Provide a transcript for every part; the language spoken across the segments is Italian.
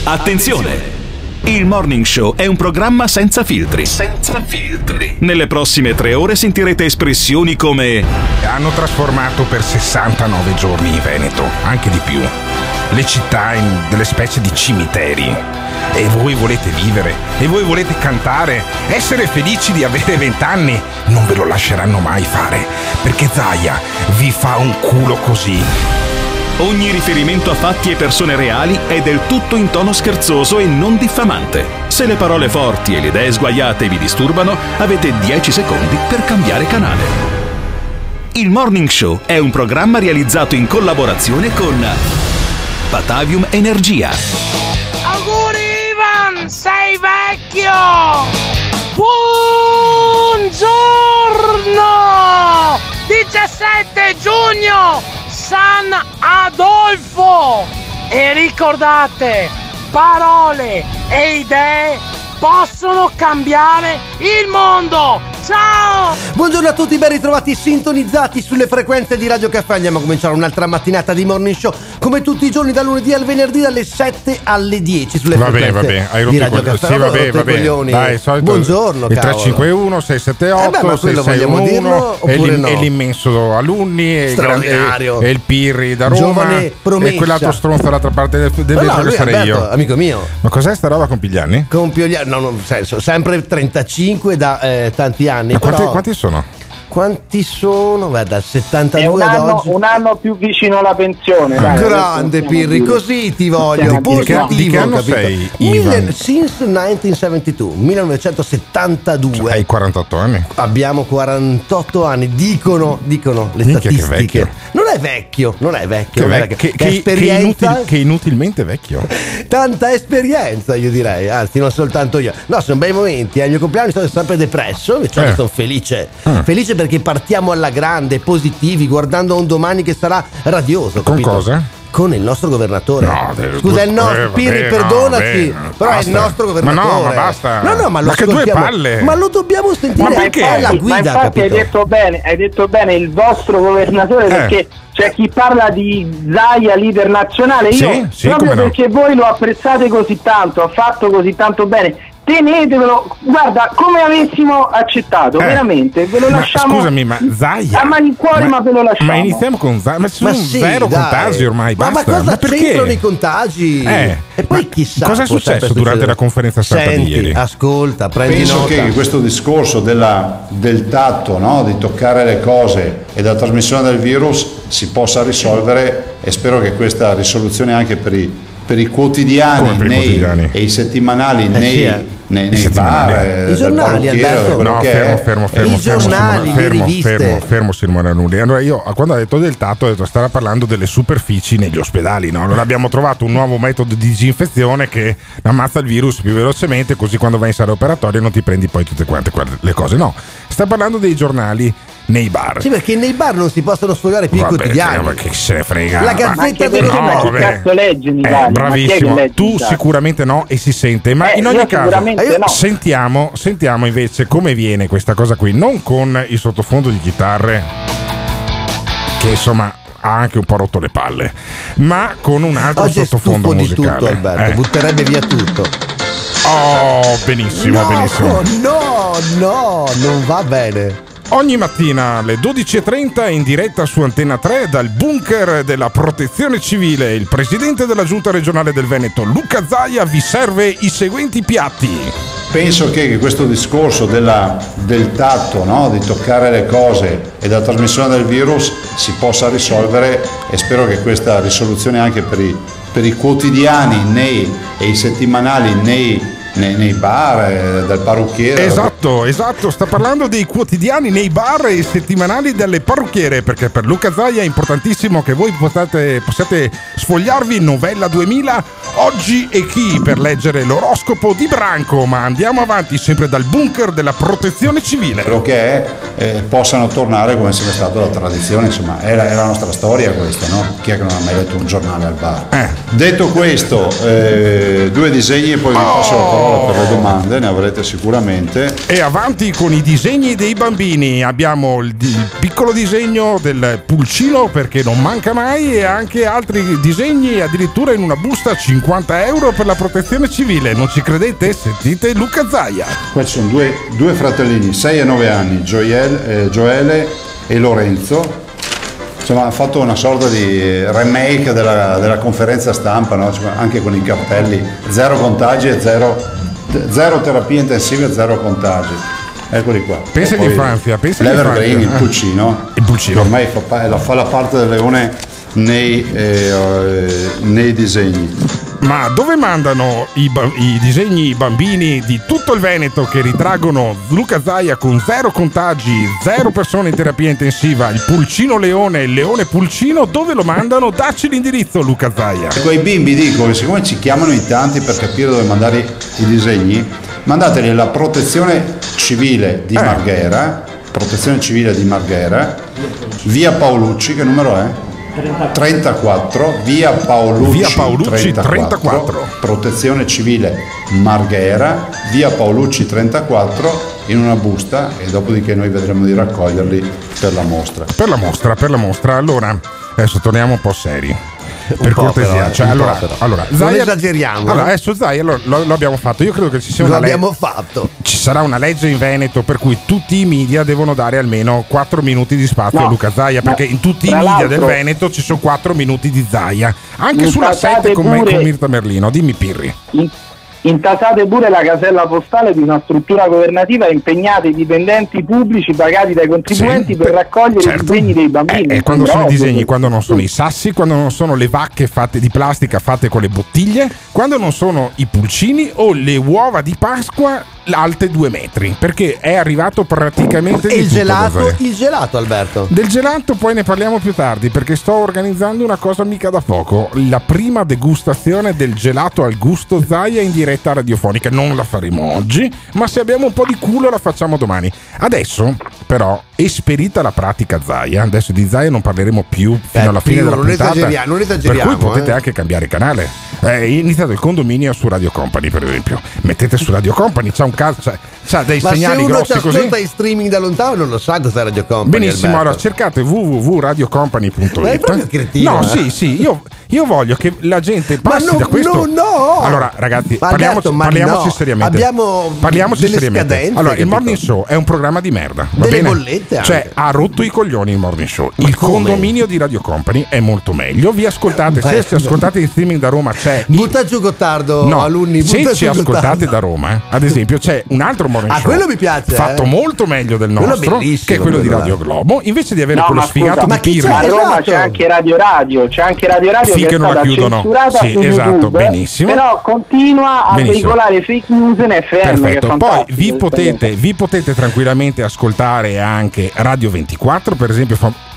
Attenzione! Il Morning Show è un programma senza filtri. Senza filtri. Nelle prossime 3 ore sentirete espressioni come: hanno trasformato per 69 giorni in Veneto, anche di più, le città in delle specie di cimiteri. E voi volete vivere, e voi volete cantare, essere felici di avere 20 anni. Non ve lo lasceranno mai fare, perché Zaia vi fa un culo così. Ogni riferimento a fatti e persone reali è del tutto in tono scherzoso e non diffamante. Se le parole forti e le idee sguaiate vi disturbano, avete 10 secondi per cambiare canale. Il Morning Show è un programma realizzato in collaborazione con Batavium Energia. Auguri Ivan, sei vecchio! Buongiorno! 17 giugno! San Adolfo! E ricordate, parole e idee possono cambiare il mondo! Ciao! Buongiorno a tutti, ben ritrovati sintonizzati sulle frequenze di Radio Caffè. Andiamo a cominciare un'altra mattinata di Morning Show, come tutti i giorni, da lunedì al venerdì, dalle 7 alle 10 sulle frequenze hai di rotto Radio Caffè. Sì, vabbè. Dai, solito, buongiorno, il 351 678 661 e l'immenso Alunni e il Pirri da Roma, giovane promessa, e quell'altro stronzo dall'altra parte del vetro che sarei io, amico mio. Ma cos'è sta roba con Pigliani? No, non senso, sempre 35 da tanti anni. Ma quanti sono? Quanti sono? Beh, dal 72 ad oggi. Un anno più vicino alla pensione. Grande Pirri, così ti voglio. Di che anno sei, Ivan? Since 1972, 1972. Hai 48 anni? Abbiamo 48 anni, dicono le statistiche. Non è vecchio. Che esperienza. Che inutilmente vecchio. Tanta esperienza, io direi, anzi non soltanto io. No, sono bei momenti, il mio compleanno sono sempre depresso, invece sono felice perché partiamo alla grande, positivi, guardando a un domani che sarà radioso. Con capito? Cosa? Con il nostro governatore. Scusa, il nostro Pirri, perdonaci, però basta. È il nostro governatore. Ma no, ma basta. No, ma lo che due palle. Ma lo dobbiamo sentire. Ma perché? È la guida, ma infatti capito? hai detto bene il vostro governatore, perché c'è chi parla di Zaia leader nazionale. Io proprio perché voi lo apprezzate così tanto, ha fatto così tanto bene. Tenetevelo, guarda, come avessimo accettato, veramente, ve lo lasciamo. Scusami, ma Zaia a malincuore, ma ve lo lasciamo. Ma iniziamo con Zaia, ma sono zero contagi ormai, basta. Ma cosa perché? c'entrano i contagi? E poi chissà cosa è successo durante la conferenza stampa di ieri? Ascolta, prendi nota. Penso che questo discorso del tatto, no? Di toccare le cose e della trasmissione del virus si possa risolvere, e spero che questa risoluzione anche per i quotidiani, e i settimanali nei bar, i giornali, Alberto. No, fermo, i giornali, le riviste. Fermo Simone Anulli. Allora io, quando ha detto del tatto, ho detto starà parlando delle superfici negli ospedali, no? Allora abbiamo trovato un nuovo metodo di disinfezione che ammazza il virus più velocemente, così quando vai in sala operatoria non ti prendi poi tutte quante le cose. No, sta parlando dei giornali nei bar. Sì, perché nei bar non si possono sfogliare più i quotidiani. Ma che se ne frega. La Gazzetta dello Sport. Bravissimo. Tu sicuramente no, e si sente. Ma in ogni caso sentiamo invece come viene questa cosa qui. Non con il sottofondo di chitarre, che insomma ha anche un po' rotto le palle, ma con un altro sottofondo musicale. Di tutto, Alberto, butterebbe via tutto. Oh, benissimo. No, non va bene. Ogni mattina alle 12.30 in diretta su Antenna 3 dal bunker della Protezione Civile, il presidente della Giunta regionale del Veneto, Luca Zaia, vi serve i seguenti piatti. Penso che questo discorso del tatto, no? Di toccare le cose e della trasmissione del virus si possa risolvere, e spero che questa risoluzione anche per i quotidiani e i settimanali nei bar, dal parrucchiere. Esatto, sta parlando dei quotidiani nei bar e settimanali delle parrucchiere, perché per Luca Zaia è importantissimo che voi possiate sfogliarvi Novella 2000 oggi e chi per leggere l'oroscopo di Branco. Ma andiamo avanti sempre dal bunker della Protezione Civile. Spero che possano tornare come è sempre stata la tradizione, insomma è la nostra storia questa, no? Chi è che non ha mai letto un giornale al bar? Detto questo, 2 disegni e poi vi passo la parola per le domande, ne avrete sicuramente. E avanti con i disegni dei bambini. Abbiamo il piccolo disegno del pulcino, perché non manca mai, e anche altri disegni, addirittura in una busta, 50 euro per la protezione civile. Non ci credete? Sentite Luca Zaia. Qua ci sono due fratellini, 6 e 9 anni, Gioele e Lorenzo. Insomma, ha fatto una sorta di remake della conferenza stampa, no? Anche con i cartelli, 0 contagi e 0 terapie intensive e 0 contagi. Eccoli qua. Pensa di Francia, pensa l'Evergreen, il pulcino, che ormai fa la parte del leone nei disegni. Ma dove mandano i disegni i bambini di tutto il Veneto che ritraggono Luca Zaia con 0 contagi, 0 persone in terapia intensiva, il pulcino leone, il leone pulcino? Dove lo mandano? Dacci l'indirizzo, Luca Zaia. Quei bimbi, dico, che siccome ci chiamano in tanti per capire dove mandare i disegni, mandateli alla protezione civile di Marghera, via Paolucci, che numero è? 34, via Paolucci 34, protezione civile Marghera, via Paolucci 34, in una busta, e dopodiché noi vedremo di raccoglierli per la mostra. Allora, adesso torniamo un po' seri. Per cortesia, però, allora non Zaia, esageriamo. Allora, adesso Zaia lo abbiamo fatto. Io credo che ci sia ci sarà una legge in Veneto per cui tutti i media devono dare almeno 4 minuti di spazio a Luca Zaia, perché in tutti i media del Veneto ci sono 4 minuti di Zaia, anche sulla 7 con Mirta Merlino. Dimmi, Pirri. Intasate pure la casella postale di una struttura governativa e impegnate i dipendenti pubblici pagati dai contribuenti per raccogliere i disegni dei bambini. E quando sono i disegni, quando non sono i sassi, quando non sono le vacche fatte di plastica fatte con le bottiglie, quando non sono i pulcini o le uova di Pasqua alte 2 metri, perché è arrivato praticamente il gelato, Alberto. Del gelato poi ne parliamo più tardi, perché sto organizzando una cosa mica da poco, la prima degustazione del gelato al gusto Zaia in diretta radiofonica. Non la faremo oggi, ma se abbiamo un po' di culo la facciamo domani. Adesso però, esperita la pratica Zaia, adesso di Zaia non parleremo più fino alla fine della puntata, non esageriamo, per cui potete anche cambiare canale. Iniziate il condominio su Radio Company, per esempio, mettete su Radio Company, c'ha un caso, c'ha dei segnali grossi così. Ma se uno in streaming da lontano non lo sa cos'è Radio Company. Benissimo, allora cercate www.radiocompany.it. Ma è proprio cretino. No, sì, io voglio che la gente passi da questo. No. Allora, ragazzi, parliamoci seriamente. Parliamoci seriamente. Scadenze, allora, il Morning Show è un programma di merda, va delle bene? Bollette anche. Cioè, ha rotto i coglioni il Morning Show. Il condominio di Radio Company è molto meglio. Vi ascoltate, se ci ascoltate in streaming da Roma c'è butta giù Gottardo, alunni. Se ci ascoltate da Roma, ad esempio, c'è un altro Morning Show. Quello mi piace. Fatto molto meglio del nostro, che è quello di Radio Globo. Invece di avere quello sfigato di Pirri. Ma a Roma c'è anche Radio, che è stata censurata su YouTube, benissimo. Però continua a veicolare fake news in FM. Perfetto. Poi vi potete tranquillamente ascoltare anche Radio 24, per esempio.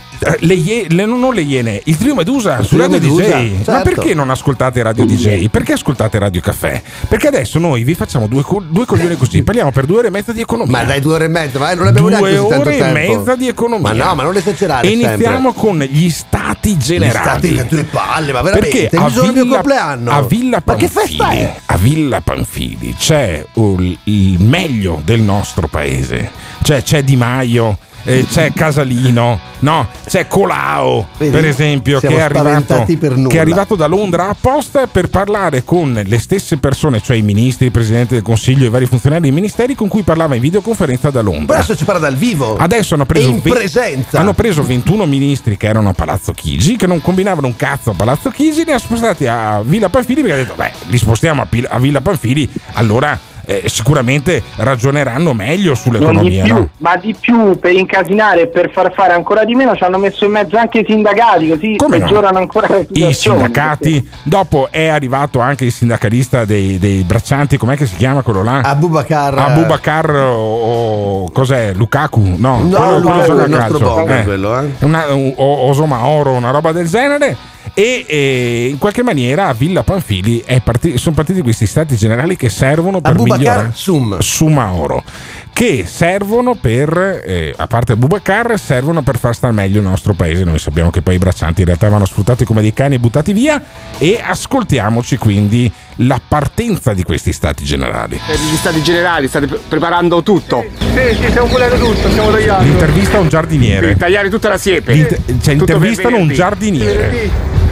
Non le Iene, il Trio Medusa su Radio DJ. Certo. Ma perché non ascoltate Radio DJ? Perché ascoltate Radio Caffè? Perché adesso noi vi facciamo due coglioni così, parliamo per 2 ore e mezza di economia. Ma dai, 2 ore e mezza, vai, non abbiamo neanche così tanto tempo. 2 ore e mezza di economia. Ma no, ma non esagerare. E iniziamo con gli stati generali. Gli stati, le palle, ma veramente. Perché il giorno del mio compleanno. A Villa Pamphili, ma che festa è? A Villa Pamphili c'è il meglio del nostro paese. Cioè c'è Di Maio, c'è Casalino, no, c'è Colao, per esempio, che è arrivato da Londra apposta per parlare con le stesse persone, cioè i ministri, il presidente del consiglio, i vari funzionari dei ministeri con cui parlava in videoconferenza da Londra. Adesso ci parla dal vivo. Adesso hanno preso 21 ministri che erano a Palazzo Chigi, che non combinavano un cazzo a Palazzo Chigi, li ha spostati a Villa Pamphili, perché ha detto li spostiamo a Villa Pamphili, allora sicuramente ragioneranno meglio sull'economia, no? Ma di più, per incasinare e per far fare ancora di meno ci hanno messo in mezzo anche i sindacati, così peggiorano ancora la situazione. I sindacati, dopo è arrivato anche il sindacalista dei braccianti, com'è che si chiama quello là? Abubakar o cos'è? Lukaku? No, quello il nostro bomber, quello, Osomaoro, una roba del genere. E in qualche maniera a Villa Pamphili sono partiti questi stati generali che servono per migliorare Sumaoro, che servono per a parte Abubakar, servono per far star meglio il nostro paese. Noi sappiamo che poi i braccianti in realtà vanno sfruttati come dei cani e buttati via, e ascoltiamoci quindi la partenza di questi stati generali. Per gli stati generali state preparando tutto? Sì, stiamo pulendo tutto, stiamo tagliando. L'intervista a un giardiniere. Sì, tagliare tutta la siepe. Intervistano un giardiniere.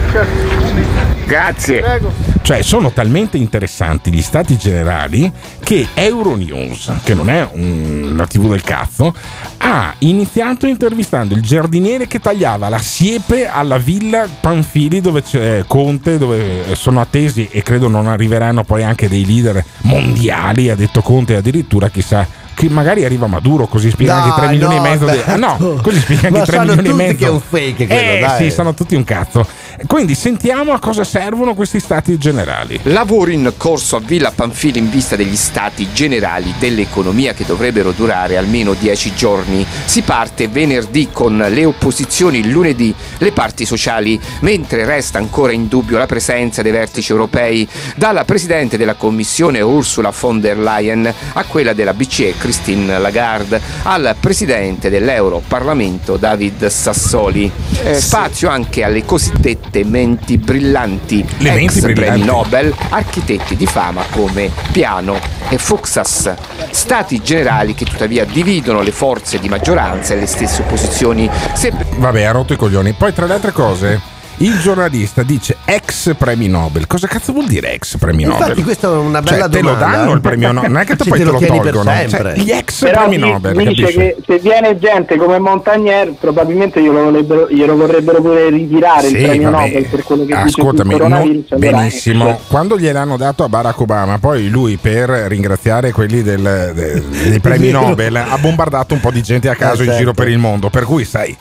Grazie. Prego. Cioè sono talmente interessanti gli stati generali che Euronews, che non è la TV del cazzo, ha iniziato intervistando il giardiniere che tagliava la siepe alla villa Panfili, dove c'è Conte, dove sono attesi e credo non arriveranno poi anche dei leader mondiali, ha detto Conte, addirittura chissà che magari arriva Maduro, così spiega anche 3 milioni e mezzo così spiega anche 3 milioni e mezzo che è un fake quello, dai. Sì, sono tutti un cazzo. Quindi sentiamo a cosa servono questi stati generali. Lavori in corso a Villa Panfili in vista degli stati generali dell'economia che dovrebbero durare almeno 10 giorni. Si parte venerdì con le opposizioni, il lunedì le parti sociali, mentre resta ancora in dubbio la presenza dei vertici europei, dalla Presidente della Commissione Ursula von der Leyen a quella della BCE Christine Lagarde, al Presidente dell'Europarlamento David Sassoli. Spazio anche alle cosiddette menti brillanti, premi Nobel, architetti di fama come Piano e Fuksas. Stati generali che tuttavia dividono le forze di maggioranza e le stesse opposizioni. Vabbè, ha rotto i coglioni. Poi tra le altre cose il giornalista dice ex premi Nobel. Cosa cazzo vuol dire ex premi Nobel? Infatti questa è una bella domanda. Te lo danno il premio Nobel, non è che poi te lo tolgono. Gli ex premi Nobel. Mi dice che se viene gente come Montagnier probabilmente glielo vorrebbero pure ritirare il premio Nobel per quello che dice sul coronavirus. Benissimo. Quando gliel'hanno dato a Barack Obama, poi lui per ringraziare quelli dei premi Nobel ha bombardato un po' di gente a caso in giro per il mondo, per cui sai,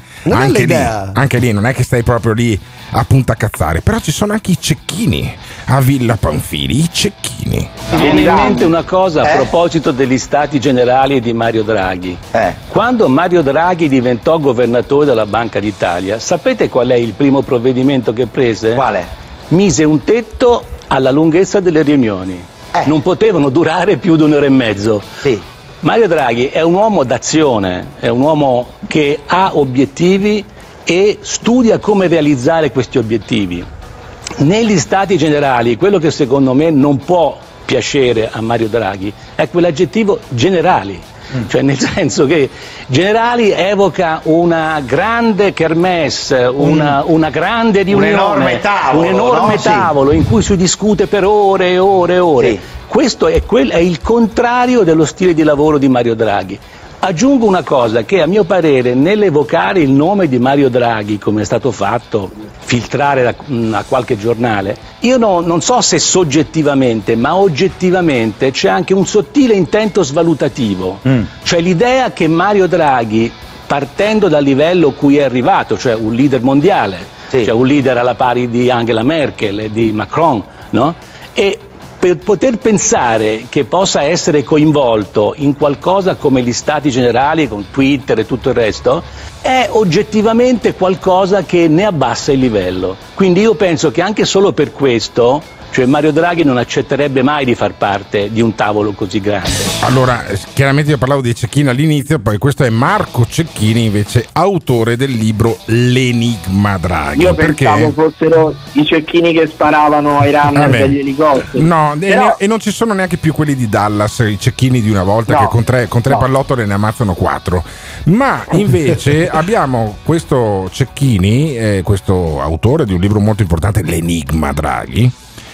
anche lì non è che stai proprio lì a punta cazzare, però ci sono anche i cecchini a Villa Panfili, i cecchini. Mi viene in mente una cosa a proposito degli stati generali di Mario Draghi. Quando Mario Draghi diventò governatore della Banca d'Italia, sapete qual è il primo provvedimento che prese? Quale? Mise un tetto alla lunghezza delle riunioni. Non potevano durare più di un'ora e mezzo. Sì. Mario Draghi è un uomo d'azione, è un uomo che ha obiettivi e studia come realizzare questi obiettivi. Negli stati generali, quello che secondo me non può piacere a Mario Draghi è quell'aggettivo generali, cioè nel senso che generali evoca una grande kermesse, una grande riunione, un enorme tavolo in cui si discute per ore e ore e ore. Sì. Questo è il contrario dello stile di lavoro di Mario Draghi. Aggiungo una cosa, che a mio parere nell'evocare il nome di Mario Draghi, come è stato fatto, filtrare da qualche giornale, io non so se soggettivamente, ma oggettivamente c'è anche un sottile intento svalutativo, cioè l'idea che Mario Draghi, partendo dal livello cui è arrivato, cioè un leader mondiale, cioè un leader alla pari di Angela Merkel e di Macron, no? E per poter pensare che possa essere coinvolto in qualcosa come gli stati generali con Twitter e tutto il resto è oggettivamente qualcosa che ne abbassa il livello. Quindi io penso che anche solo per questo, cioè Mario Draghi non accetterebbe mai di far parte di un tavolo così grande. Allora, chiaramente io parlavo di Cecchini all'inizio, poi questo è Marco Cecchini, invece autore del libro L'Enigma Draghi. Io pensavo fossero i cecchini che sparavano ai runner degli elicotteri. No, e non ci sono neanche più quelli di Dallas, i cecchini di una volta, che con tre pallottole ne ammazzano 4. Ma invece abbiamo questo Cecchini, questo autore di un libro molto importante, L'Enigma Draghi,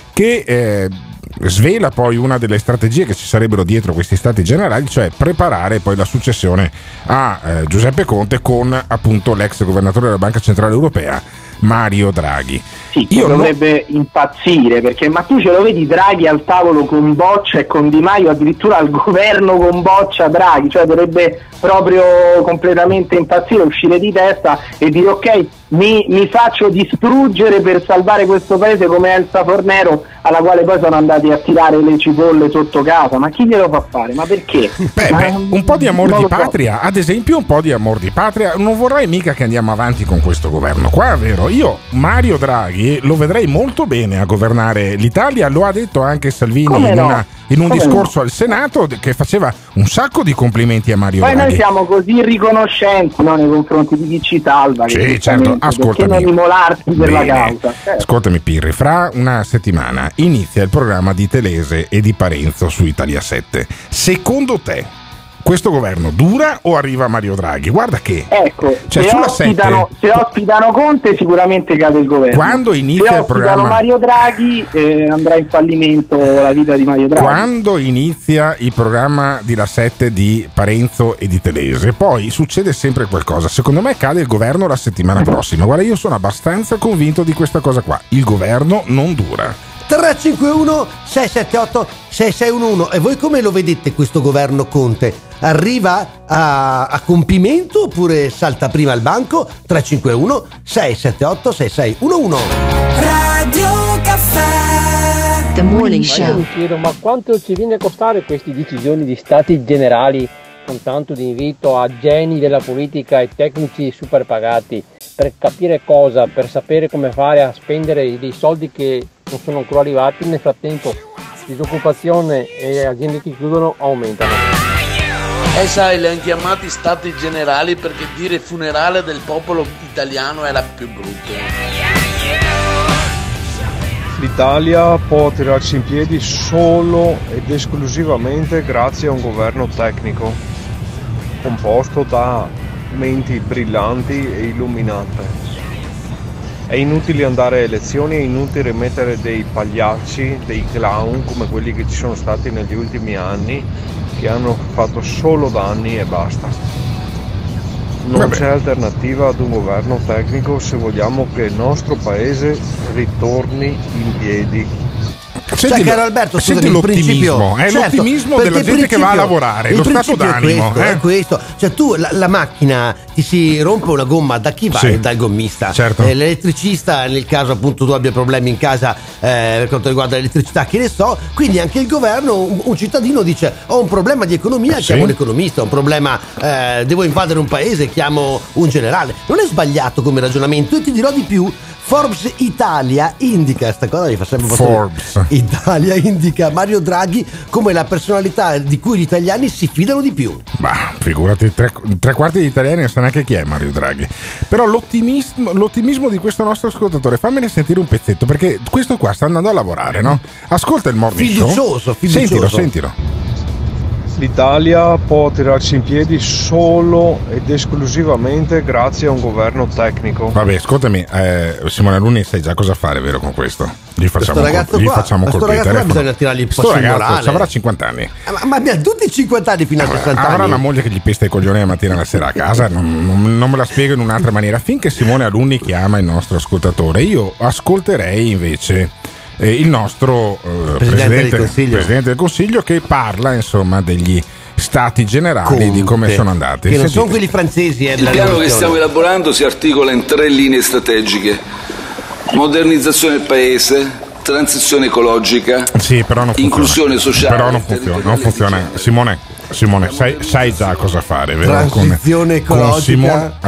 che svela poi una delle strategie che ci sarebbero dietro questi stati generali, cioè preparare poi la successione a Giuseppe Conte con appunto l'ex governatore della Banca Centrale Europea Mario Draghi. Sì, dovrebbe impazzire, perché ma tu ce lo vedi Draghi al tavolo con Boccia e con Di Maio, addirittura al governo con Boccia Draghi, cioè dovrebbe proprio completamente impazzire, uscire di testa e dire ok, mi faccio distruggere per salvare questo paese come Elsa Fornero, alla quale poi sono andati a tirare le cipolle sotto casa. Ma chi glielo fa fare? Ma perché? Un po' di amor di patria, ad esempio, un po' di amor di patria. Non vorrei mica che andiamo avanti con questo governo qua, vero? Io Mario Draghi lo vedrei molto bene a governare l'Italia, lo ha detto anche Salvini in un discorso al Senato, che faceva un sacco di complimenti a Mario Draghi. Noi siamo così riconoscenti, no, nei confronti di chi ci salva. Sì, certo. perché non immolarsi per la causa? Ascoltami Pirri, fra una settimana inizia il programma di Telese e di Parenzo su Italia 7. Secondo te questo governo dura o arriva Mario Draghi? Guarda che se ospitano Conte sicuramente cade il governo. Quando inizia il programma Mario Draghi andrà in fallimento la vita di Mario Draghi. Quando inizia il programma di La 7 di Parenzo e di Telese, poi succede sempre qualcosa. Secondo me cade il governo la settimana prossima. Guarda, io sono abbastanza convinto di questa cosa qua. Il governo non dura. 351 678 6611. E voi come lo vedete questo governo Conte? Arriva a compimento oppure salta prima al banco? 351 678 6611. Radio Caffè The Morning Show. Io mi chiedo, ma quanto ci viene a costare queste decisioni di stati generali con tanto di invito a geni della politica e tecnici super pagati per capire cosa, per sapere come fare a spendere dei soldi che non sono ancora arrivati? Nel frattempo disoccupazione e aziende che chiudono aumentano. Sai, li hanno chiamati stati generali perché dire funerale del popolo italiano era più brutto. L'Italia può tirarsi in piedi solo ed esclusivamente grazie a un governo tecnico composto da menti brillanti e illuminate. È inutile andare a elezioni, è inutile mettere dei pagliacci, dei clown come quelli che ci sono stati negli ultimi anni, che hanno fatto solo danni e basta. Non c'è alternativa ad un governo tecnico se vogliamo che il nostro paese ritorni in piedi. Cioè, caro Alberto, senti l'ottimismo, è l'ottimismo della gente che va a lavorare, lo stato d'animo. È questo. Cioè tu la macchina ti si rompe una gomma, da chi vai? Sì. Dal gommista. Certo. L'elettricista, nel caso appunto tu abbia problemi in casa per quanto riguarda l'elettricità, che ne so, quindi anche il governo, un cittadino dice ho un problema di economia, chiamo un economista, ho un problema, devo invadere un paese, chiamo un generale. Non è sbagliato come ragionamento, e ti dirò di più. Forbes Italia indica, sta cosa mi fa sempre Forbes Italia indica Mario Draghi come la personalità di cui gli italiani si fidano di più. Ma figurati, tre quarti degli italiani non sa neanche chi è Mario Draghi. Però l'ottimismo di questo nostro ascoltatore, fammene sentire un pezzetto, perché questo qua sta andando a lavorare, no? Ascolta il Morning Show. Fiducioso. Sentilo. L'Italia può tirarsi in piedi solo ed esclusivamente grazie a un governo tecnico. Vabbè, ascoltami, Simone Alunni sai già cosa fare, vero, con questo? Gli facciamo colpire il telefono. Bisogna tirargli il sto ragazzo avrà 50 anni. Ma abbiamo tutti 50 anni fino a 60 anni. Avrà una moglie che gli pesta i coglioni la mattina e la sera a casa. Non me la spiego in un'altra maniera. Finché Simone Alunni chiama il nostro ascoltatore, io ascolterei invece il nostro Presidente del Consiglio, che parla insomma degli stati generali, di come sono andati. Che non sono quelli francesi. Il piano che stiamo elaborando si articola in 3 linee strategiche: modernizzazione del paese, transizione ecologica, però non inclusione sociale. Però non funziona. Simone, sai già cosa fare, vero? Transizione ecologica.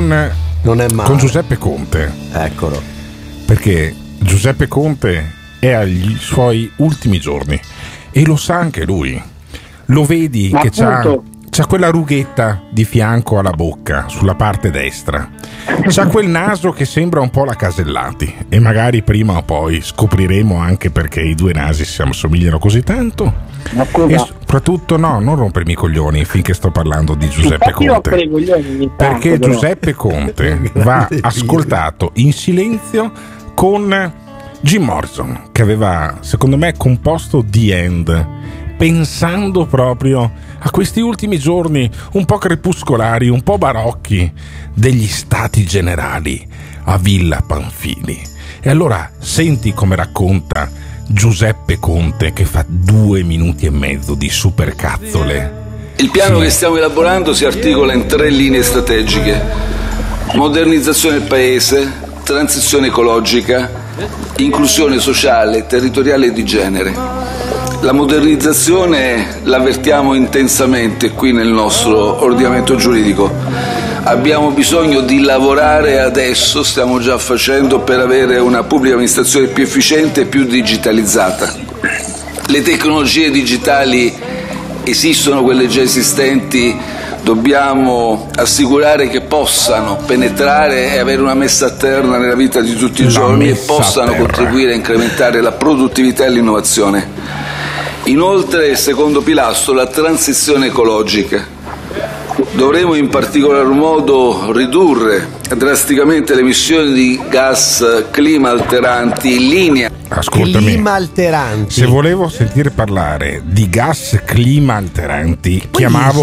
Con Giuseppe Conte. Eccolo. Perché Giuseppe Conte è agli suoi ultimi giorni e lo sa anche lui. Lo vedi che c'ha quella rughetta di fianco alla bocca, sulla parte destra. C'ha quel naso che sembra un po' la Casellati, e magari prima o poi scopriremo anche perché i due nasi si assomigliano così tanto. E soprattutto non rompermi i coglioni finché sto parlando di Giuseppe Conte, perché Giuseppe Conte va ascoltato in silenzio con Jim Morrison, che aveva secondo me composto The End pensando proprio a questi ultimi giorni un po' crepuscolari, un po' barocchi degli stati generali a Villa Pamphili. E allora senti come racconta Giuseppe Conte, che fa 2 minuti e mezzo di supercazzole. Il piano che stiamo elaborando si articola in 3 linee strategiche: modernizzazione del paese, transizione ecologica, inclusione sociale, territoriale e di genere. La modernizzazione l'avvertiamo intensamente qui nel nostro ordinamento giuridico. Abbiamo bisogno di lavorare adesso, stiamo già facendo, per avere una pubblica amministrazione più efficiente e più digitalizzata. Le tecnologie digitali esistono, quelle già esistenti Dobbiamo assicurare che possano penetrare e avere una messa a terra nella vita di tutti i giorni e possano contribuire a incrementare la produttività e l'innovazione. Inoltre, il secondo pilastro, la transizione ecologica. Dovremo in particolar modo ridurre drasticamente le emissioni di gas clima alteranti in linea. Ascoltami, clima alteranti. Se volevo sentire parlare di gas clima alteranti, chiamavo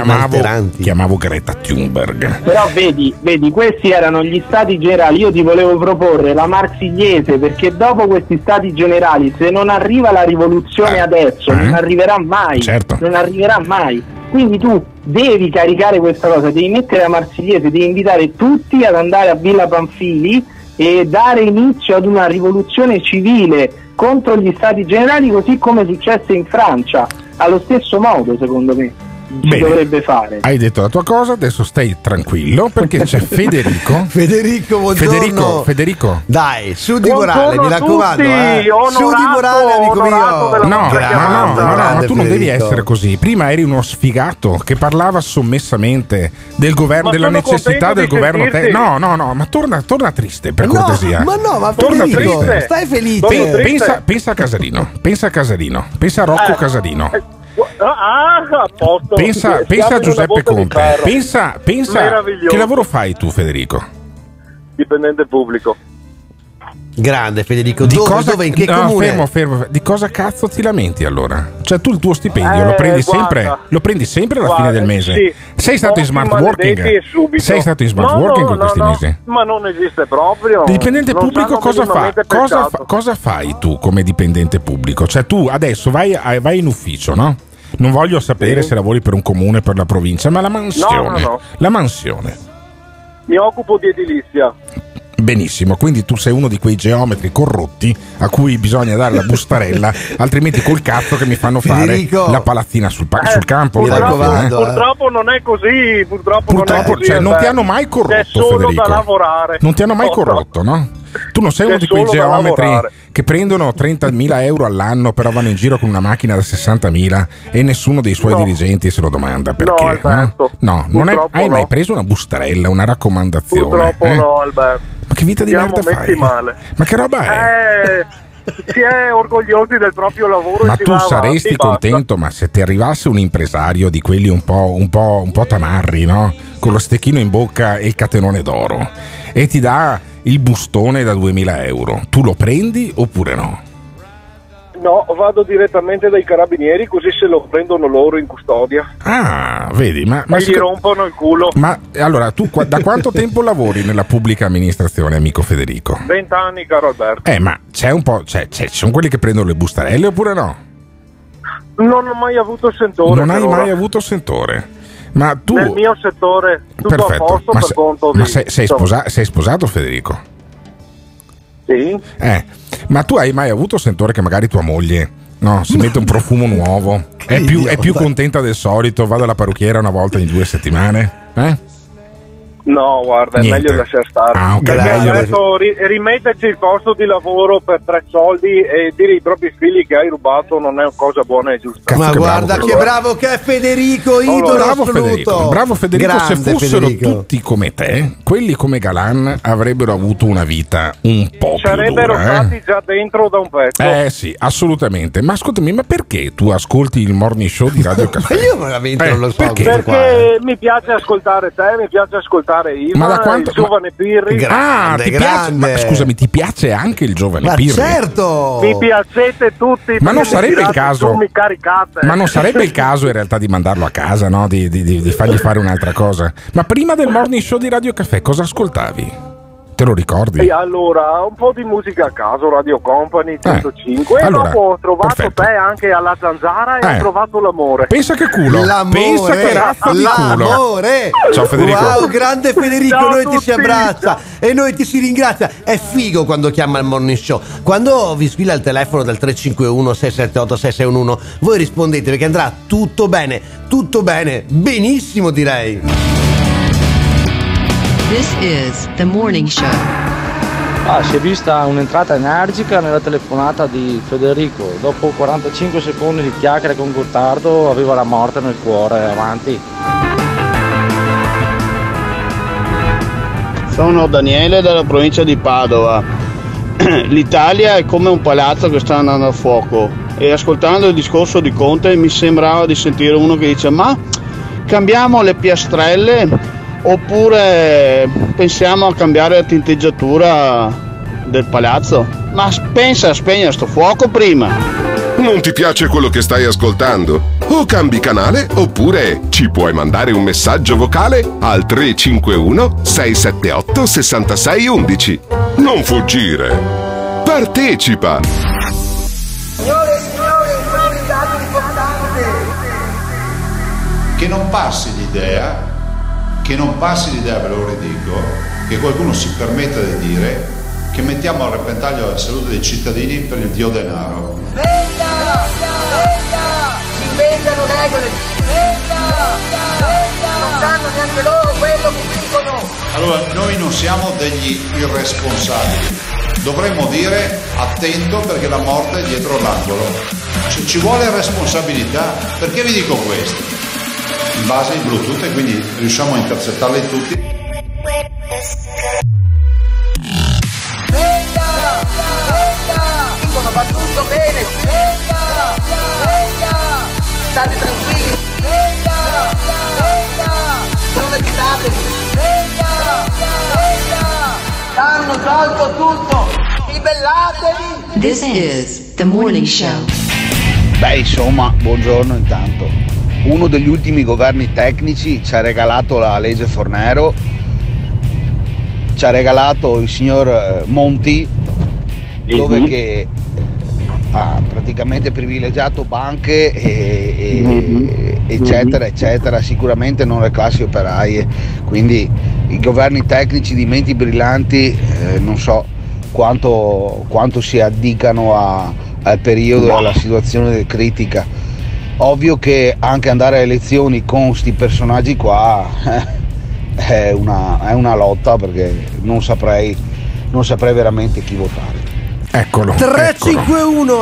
Greta Thunberg. Però vedi, questi erano gli stati generali. Io ti volevo proporre la marsigliese, perché dopo questi stati generali, se non arriva la rivoluzione adesso, non arriverà mai. Certo. Non arriverà mai. Quindi tu devi caricare questa cosa, devi mettere la marsigliese, devi invitare tutti ad andare a Villa Pamphili e dare inizio ad una rivoluzione civile contro gli stati generali, così come è successo in Francia. Allo stesso modo, secondo me, si dovrebbe fare. Hai detto la tua cosa, adesso stai tranquillo perché c'è Federico. Buongiorno. Federico. Dai, su di morale, mi raccomando. Su di morale, amico mio. No, tu non devi essere così. Prima eri uno sfigato che parlava sommessamente del governo, della necessità del governo. No, ma torna triste, per cortesia. Ma torna Federico, triste. stai felice. Pensa a Casalino, pensa a Rocco Casalino. A posto. Pensa a Giuseppe Conte. Pensa che lavoro fai tu, Federico? Dipendente pubblico. Grande Federico. Dove in che comune? Fermo. Di cosa cazzo ti lamenti allora? Cioè tu il tuo stipendio lo prendi sempre alla fine del mese. Sì. Sei stato in smart working? Sei stato in smart working con questi mesi? Ma non esiste proprio. Dipendente pubblico cosa fa? Cosa fai tu come dipendente pubblico? Cioè tu adesso vai in ufficio, no? Non voglio sapere se lavori per un comune, per la provincia, ma la mansione. No. La mansione. Mi occupo di edilizia. Benissimo, quindi tu sei uno di quei geometri corrotti a cui bisogna dare la bustarella, altrimenti col cazzo che mi fanno fare Federico, la palazzina sul campo. Purtroppo non è così. Cioè, non ti hanno mai corrotto, c'è solo Federico. da lavorare. Non ti hanno mai corrotto, no? Tu non sei uno di quei geometri che prendono 30.000 euro all'anno, però vanno in giro con una macchina da 60.000 e nessuno dei suoi dirigenti se lo domanda perché. No, Alberto. No, non hai mai preso una bustarella, una raccomandazione? Purtroppo no, Alberto. Ma che vita di merda fai? Male. Ma che roba è? Si è orgogliosi del proprio lavoro. Ma tu saresti contento, ma se ti arrivasse un impresario di quelli un po' tamarri, no? Con lo stecchino in bocca e il catenone d'oro e ti dà il bustone da 2.000 euro, tu lo prendi oppure no? No, vado direttamente dai carabinieri, così se lo prendono loro in custodia. Ah, vedi, ma gli rompono il culo. Ma allora tu da quanto tempo lavori nella pubblica amministrazione, amico Federico? 20 anni, caro Alberto. Ma c'è un po', ci sono quelli che prendono le bustarelle oppure no? Non ho mai avuto sentore. Non hai mai avuto sentore? Ma tu nel mio settore tutto perfetto. A posto per conto ma sei sposato, Federico? Sì. Ma tu hai mai avuto sentore che magari tua moglie si mette un profumo nuovo, è più contenta del solito, va dalla parrucchiera una volta in 2 settimane? No, guarda, è meglio lasciare stare. Meglio rimetterci il costo di lavoro per 3 soldi e dire ai propri figli che hai rubato non è una cosa buona e giusta. Ma guarda che bravo che è Federico, idolo assoluto. Bravo Federico. Grande se fossero Federico. Tutti come te, quelli come Galan avrebbero avuto una vita un po' sarebbero più dura. Stati già dentro da un pezzo. Sì, assolutamente. Ma ascoltami, ma perché tu ascolti il morning show di Radio Caffè? Ma io veramente non lo so. Perché mi piace ascoltare te, mi piace ascoltare Ivan, ma da quanto, il giovane Pirri. Ti piace? Ma scusami, ti piace anche il giovane Pirri? Certo! Mi piacete tutti. Ma non sarebbe il caso? Mi caricate. Ma non sarebbe il caso in realtà di mandarlo a casa, no? Di fargli fare un'altra cosa. Ma prima del morning show di Radio Caffè cosa ascoltavi? Te lo ricordi? E allora, un po' di musica a caso, Radio Company 105 e dopo ho trovato te anche alla Zanzara e ho trovato l'amore. Pensa che culo! Pensa che razza di culo! L'amore! Ciao Federico! Wow, grande Federico, Ciao noi ti si abbraccia e noi ti si ringrazia. È figo quando chiama il morning show. Quando vi squilla il telefono del 351 678 6611 voi rispondete perché andrà tutto bene, benissimo direi. This is the morning show. Si è vista un'entrata energica nella telefonata di Federico. Dopo 45 secondi di chiacchiere con Gottardo aveva la morte nel cuore. Avanti. Sono Daniele dalla provincia di Padova. L'Italia è come un palazzo che sta andando a fuoco e ascoltando il discorso di Conte mi sembrava di sentire uno che dice: ma cambiamo le piastrelle oppure pensiamo a cambiare la tinteggiatura del palazzo? Ma pensa a spegnere sto fuoco prima. Non ti piace quello che stai ascoltando? O cambi canale oppure ci puoi mandare un messaggio vocale al 351 678 6611. Non fuggire! Partecipa! Signore e signori, un dato importante! Che non passi l'idea, ve lo ridico, che qualcuno si permetta di dire che mettiamo a repentaglio la salute dei cittadini per il dio denaro. Si inventano regole, non sanno neanche loro quello che dicono. Allora, noi non siamo degli irresponsabili, dovremmo dire attento perché la morte è dietro l'angolo. Ci vuole responsabilità. Perché vi dico questo? In base ai Bluetooth e quindi riusciamo a intercettarli tutti. Dicono va tutto bene, state tranquilli, non agitatevi, hanno tolto tutto, ribellatevi. This is the morning show. Beh, insomma, buongiorno intanto. Uno degli ultimi governi tecnici ci ha regalato la legge Fornero, ci ha regalato il signor Monti, dove che ha praticamente privilegiato banche eccetera eccetera, sicuramente non le classi operaie, quindi i governi tecnici di menti brillanti non so quanto si addicano al periodo e alla situazione critica. Ovvio che anche andare a elezioni con sti personaggi qua è una lotta, perché non saprei veramente chi votare. Eccolo. 351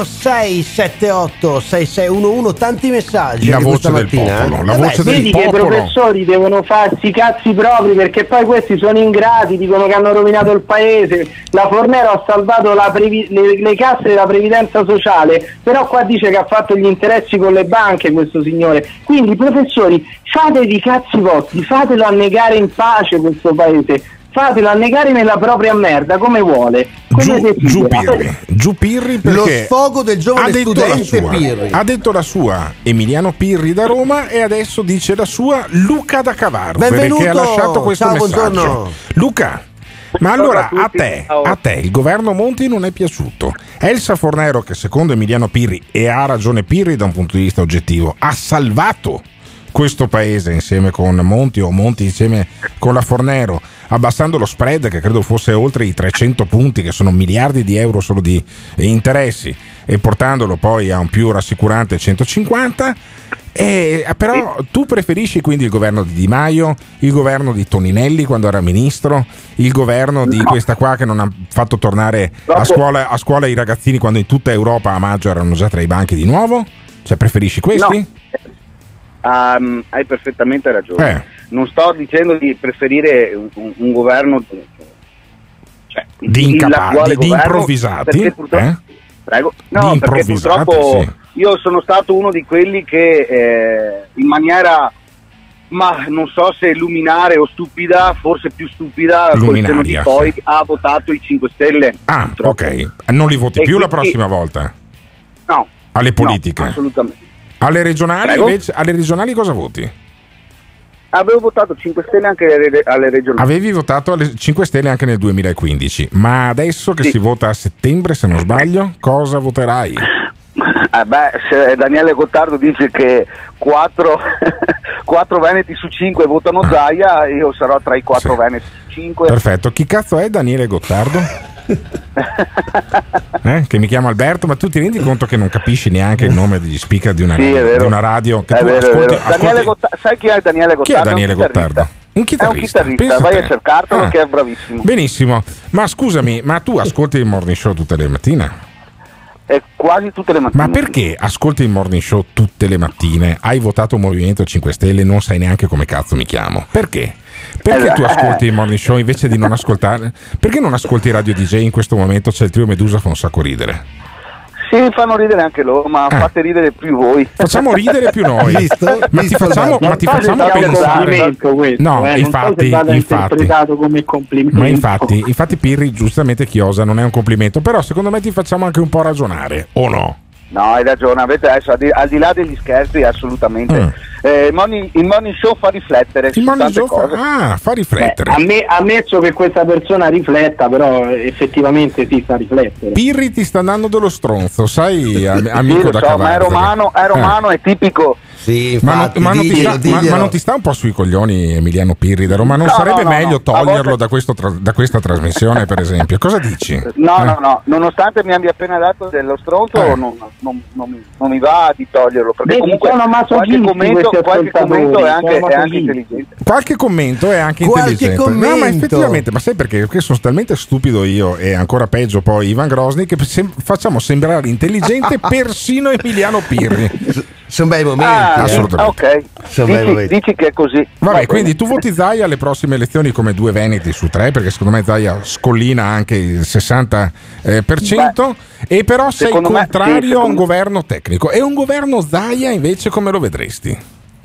678 6611, tanti messaggi la voce del popolo, la voce del vedi popolo. Che i professori devono farsi i cazzi propri, perché poi questi sono ingrati, dicono che hanno rovinato il paese. La Fornero ha salvato le casse della previdenza sociale, però qua dice che ha fatto gli interessi con le banche questo signore. Quindi professori, fatevi i cazzi vostri, fatelo annegare in pace questo paese, fatelo annegare nella propria merda come vuole. Giù Pirri, perché lo sfogo del giovane studente Pirri. Ha detto la sua Emiliano Pirri da Roma e adesso dice la sua Luca da Cavarvere. Benvenuto. Che ha lasciato questo ciao, messaggio. Buongiorno. Luca, ma allora a te il governo Monti non è piaciuto? Elsa Fornero, che secondo Emiliano Pirri, e ha ragione Pirri da un punto di vista oggettivo, ha salvato questo paese insieme con Monti, o Monti insieme con la Fornero, abbassando lo spread, che credo fosse oltre i 300 punti, che sono miliardi di euro solo di interessi, e portandolo poi a un più rassicurante 150. Però tu preferisci quindi il governo di Di Maio, il governo di Toninelli quando era ministro, il governo di questa qua che non ha fatto tornare a scuola i ragazzini quando in tutta Europa a maggio erano già tra i banchi di nuovo? Cioè preferisci questi? No. Hai perfettamente ragione. Non sto dicendo di preferire un governo di incapati, di improvvisati. Prego. No, perché purtroppo io sono stato uno di quelli che in maniera, ma non so se luminare o stupida, forse più stupida, col senno di poi ha votato i 5 Stelle. Ah, ok. Non li voti più la prossima volta? No. Alle politiche? No, assolutamente. Alle regionali invece, alle regionali cosa voti? Avevo votato 5 Stelle anche alle regionali. Avevi votato alle 5 Stelle anche nel 2015, ma adesso che si vota a settembre, se non sbaglio, cosa voterai? Se Daniele Gottardo dice che 4 veneti su 5 votano Zaia, io sarò tra i 4 veneti su 5. Perfetto. Chi cazzo è Daniele Gottardo? Che mi chiamo Alberto, ma tu ti rendi conto che non capisci neanche il nome degli speaker di una radio? Che tu ascolti. Sai chi è Daniele Gottardo? Chi è Daniele Gottardo? Un chitarrista. Vai a cercarlo, che è bravissimo. Benissimo, ma scusami, ma tu ascolti il morning show tutte le mattine? quasi tutte le mattine. Ma perché ascolti il morning show tutte le mattine? Hai votato Movimento 5 Stelle, non sai neanche come cazzo mi chiamo. Perché? Perché tu ascolti il morning show invece di non ascoltare? Perché non ascolti Radio DJ? In questo momento c'è il trio Medusa, fa un sacco ridere. Sì, fanno ridere anche loro, ma fate ridere più voi. Facciamo ridere più noi. Ma ti facciamo pensare. No, infatti, come complimento. Ma infatti Pirri giustamente chiosa, non è un complimento, però secondo me ti facciamo anche un po' ragionare, o no? No, hai ragione, avete adesso, al di là degli scherzi, assolutamente. Il morning show fa riflettere. Il morning show fa riflettere. Ammesso che questa persona rifletta, però effettivamente sì, fa riflettere. Pirri ti sta dando dello stronzo, sai, amico da cavallo. Ma è romano, è tipico. Sì, infatti, ma non ti sta un po' sui coglioni Emiliano Pirri da Roma? Non sarebbe meglio toglierlo da questa trasmissione, per esempio? Cosa dici? No, nonostante mi abbia appena dato dello stronzo, non mi va di toglierlo, perché comunque qualche commento è anche intelligente. Qualche commento è anche intelligente. No, ma effettivamente, ma sai perché? Perché sono talmente stupido io, e ancora peggio poi Ivan Grosny, che facciamo sembrare intelligente persino Emiliano Pirri. Sono bei momenti. Assolutamente. Ok. Dici che è così. Vabbè, quindi tu voti Zaia alle prossime elezioni come 2 veneti su 3, perché secondo me Zaia scollina anche il 60%, e però sei contrario a un governo tecnico. E un governo Zaia invece come lo vedresti?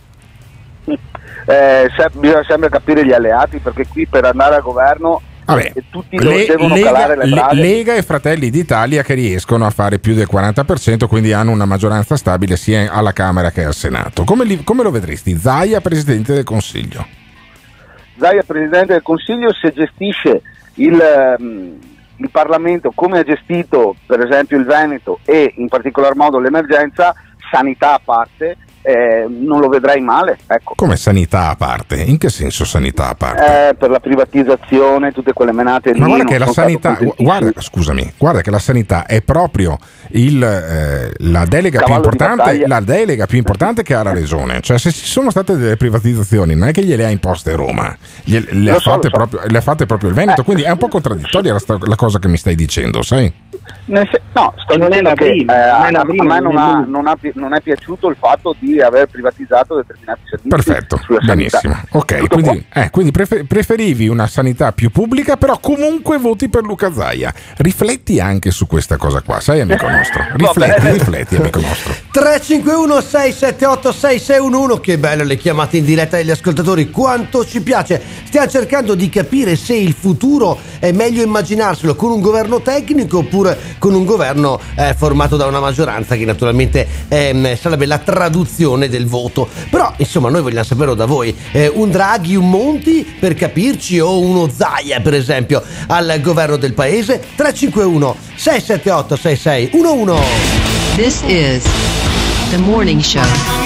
Bisogna sempre capire gli alleati, perché qui per andare al governo tutti devono calare le braccia. Lega e Fratelli d'Italia che riescono a fare più del 40%, quindi hanno una maggioranza stabile sia alla Camera che al Senato. Come lo vedresti? Zaia Presidente del Consiglio? Zaia Presidente del Consiglio, se gestisce il Parlamento come ha gestito per esempio il Veneto e in particolar modo l'emergenza, sanità a parte, non lo vedrai male, ecco. Come sanità a parte? In che senso sanità a parte? Per la privatizzazione, tutte quelle menate lì. Ma guarda che la sanità, guarda che la sanità è proprio la delega più importante che ha la Regione. Cioè, se ci sono state delle privatizzazioni, non è che gliele ha imposte Roma, le ha fatte proprio il Veneto, quindi è un po' contraddittoria la cosa che mi stai dicendo, sai? No, sto dicendo che a me non è piaciuto il fatto di aver privatizzato determinati servizi. Perfetto, benissimo. Ok, quindi preferivi una sanità più pubblica, però comunque voti per Luca Zaia. Rifletti anche su questa cosa qua, sai, amico nostro. Rifletti, amico nostro. 351 678 6611. Che belle le chiamate in diretta degli ascoltatori, quanto ci piace. Stiamo cercando di capire se il futuro è meglio immaginarselo con un governo tecnico oppure con un governo formato da una maggioranza, che naturalmente sarebbe la traduzione del voto. Però insomma noi vogliamo saperlo da voi, un Draghi, un Monti per capirci, o uno Zaia per esempio al governo del paese? 351 678 6611. This is The Morning Show.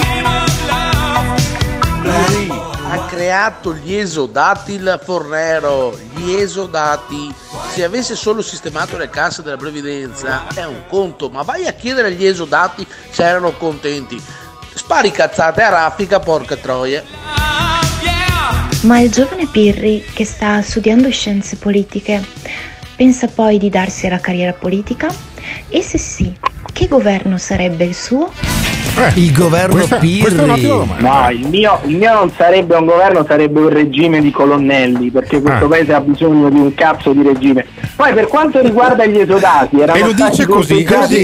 Ha creato gli esodati il Fornero, gli esodati. Se avesse solo sistemato le casse della previdenza è un conto, ma vai a chiedere agli esodati se erano contenti. Spari cazzate a raffica, porca troia. Ma il giovane Pirri, che sta studiando scienze politiche, pensa poi di darsi alla carriera politica? E se sì, che governo sarebbe il suo? Il governo Pirri. No, il mio non sarebbe un governo, sarebbe un regime di colonnelli, perché questo paese ha bisogno di un cazzo di regime. Poi per quanto riguarda gli esodati, erano stati conteggiati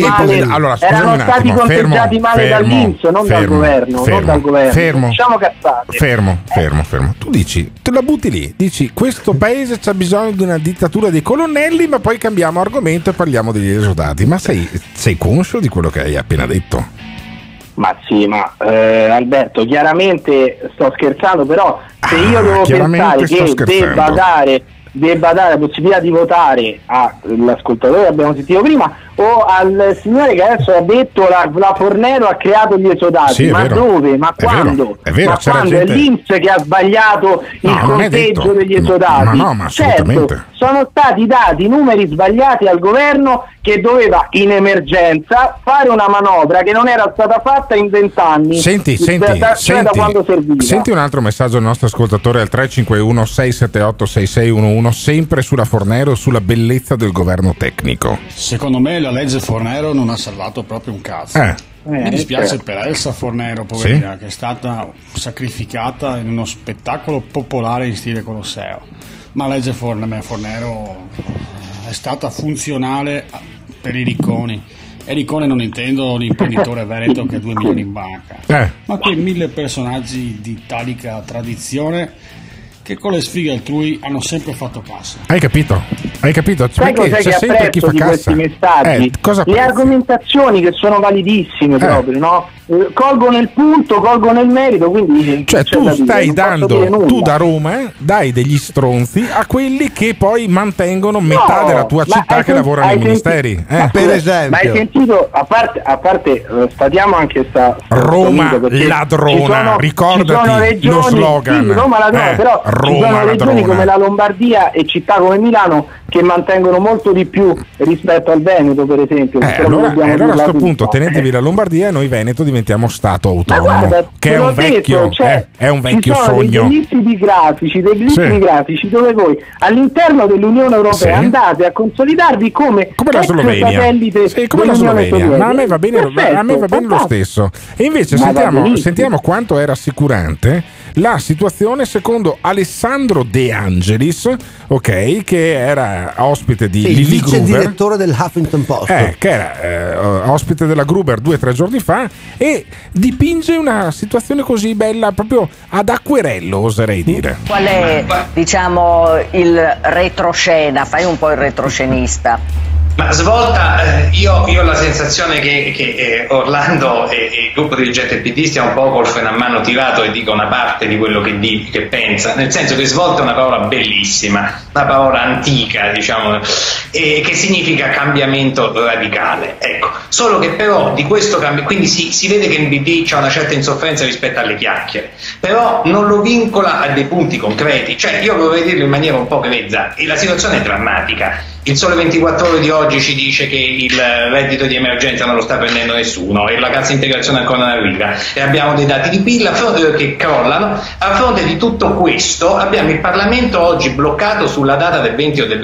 male dall'Inps, non dal governo. Diciamo cazzate. Fermo. Tu dici, te la butti lì, dici questo paese c'ha bisogno di una dittatura dei colonnelli, ma poi cambiamo argomento e parliamo degli esodati. Ma sei conscio di quello che hai appena detto? Ma sì, Alberto, chiaramente sto scherzando, però se io devo pensare che debba dare la possibilità di votare all'ascoltatore che abbiamo sentito prima o al signore che adesso ha detto la Fornero ha creato gli esodati, sì, ma dove? Ma quando? È quando è l'Inps che ha sbagliato il conteggio degli esodati? Ma certo, sono stati dati numeri sbagliati al governo che doveva in emergenza fare una manovra che non era stata fatta in 20 anni. Senti, da quando serviva. Senti un altro messaggio del nostro ascoltatore al 351 678 6611. uno sempre sulla Fornero, sulla bellezza del governo tecnico. Secondo me la legge Fornero non ha salvato proprio un cazzo. Mi dispiace per Elsa Fornero, poverina, che è stata sacrificata in uno spettacolo popolare in stile Colosseo. Ma la legge Fornero è stata funzionale per i ricconi. E riccone non intendo l'imprenditore veneto che ha 2 milioni in banca, ma quei 1000 personaggi di italica tradizione che con le sfighe altrui hanno sempre fatto cassa. Hai capito? Sai cos'è che apprezzo di questi messaggi? Le argomentazioni che sono validissime proprio, no? Colgono il punto, colgono il merito, quindi cioè tu stai dando, tu da Roma dai degli stronzi a quelli che poi mantengono metà della tua città che lavorano nei ministeri. Per esempio, ma hai sentito, a parte statiamo anche Roma ladrona, ricordati regioni, lo slogan. Sì, Roma ladrona, però Roma ci sono regioni ladrona come la Lombardia e città come Milano che mantengono molto di più rispetto al Veneto, per esempio. Allora a questo punto tenetevi la Lombardia e noi Veneto diventiamo stato autonomo, guarda, che è un vecchio, è un vecchio sogno. Dei gliffi grafici dove voi all'interno dell'Unione Europea andate a consolidarvi come la Slovenia, come la Slovenia. Ma a me va bene, lo stesso. E invece sentiamo quanto è rassicurante la situazione secondo Alessandro De Angelis, ok, che era ospite di Lily vice Gruber, direttore del Huffington Post, che era ospite della Gruber 2 o 3 giorni fa, e dipinge una situazione così bella proprio ad acquerello, oserei dire. Qual è, diciamo, il retroscena? Fai un po' il retroscenista. Ma svolta, io ho la sensazione che Orlando e il gruppo dirigente del PD stia un po' col freno a mano tirato e dica una parte di quello che pensa, nel senso che svolta è una parola bellissima, una parola antica, diciamo, che significa cambiamento radicale, ecco. Solo che però di questo cambio, quindi si vede che il PD c'ha una certa insofferenza rispetto alle chiacchiere, però non lo vincola a dei punti concreti, cioè io vorrei dirlo in maniera un po' grezza, e la situazione è drammatica. Il Sole 24 Ore di oggi ci dice che il reddito di emergenza non lo sta prendendo nessuno e la cassa integrazione ancora non arriva e abbiamo dei dati di PIL che crollano. A fronte di tutto questo abbiamo il Parlamento oggi bloccato sulla data del 20 o del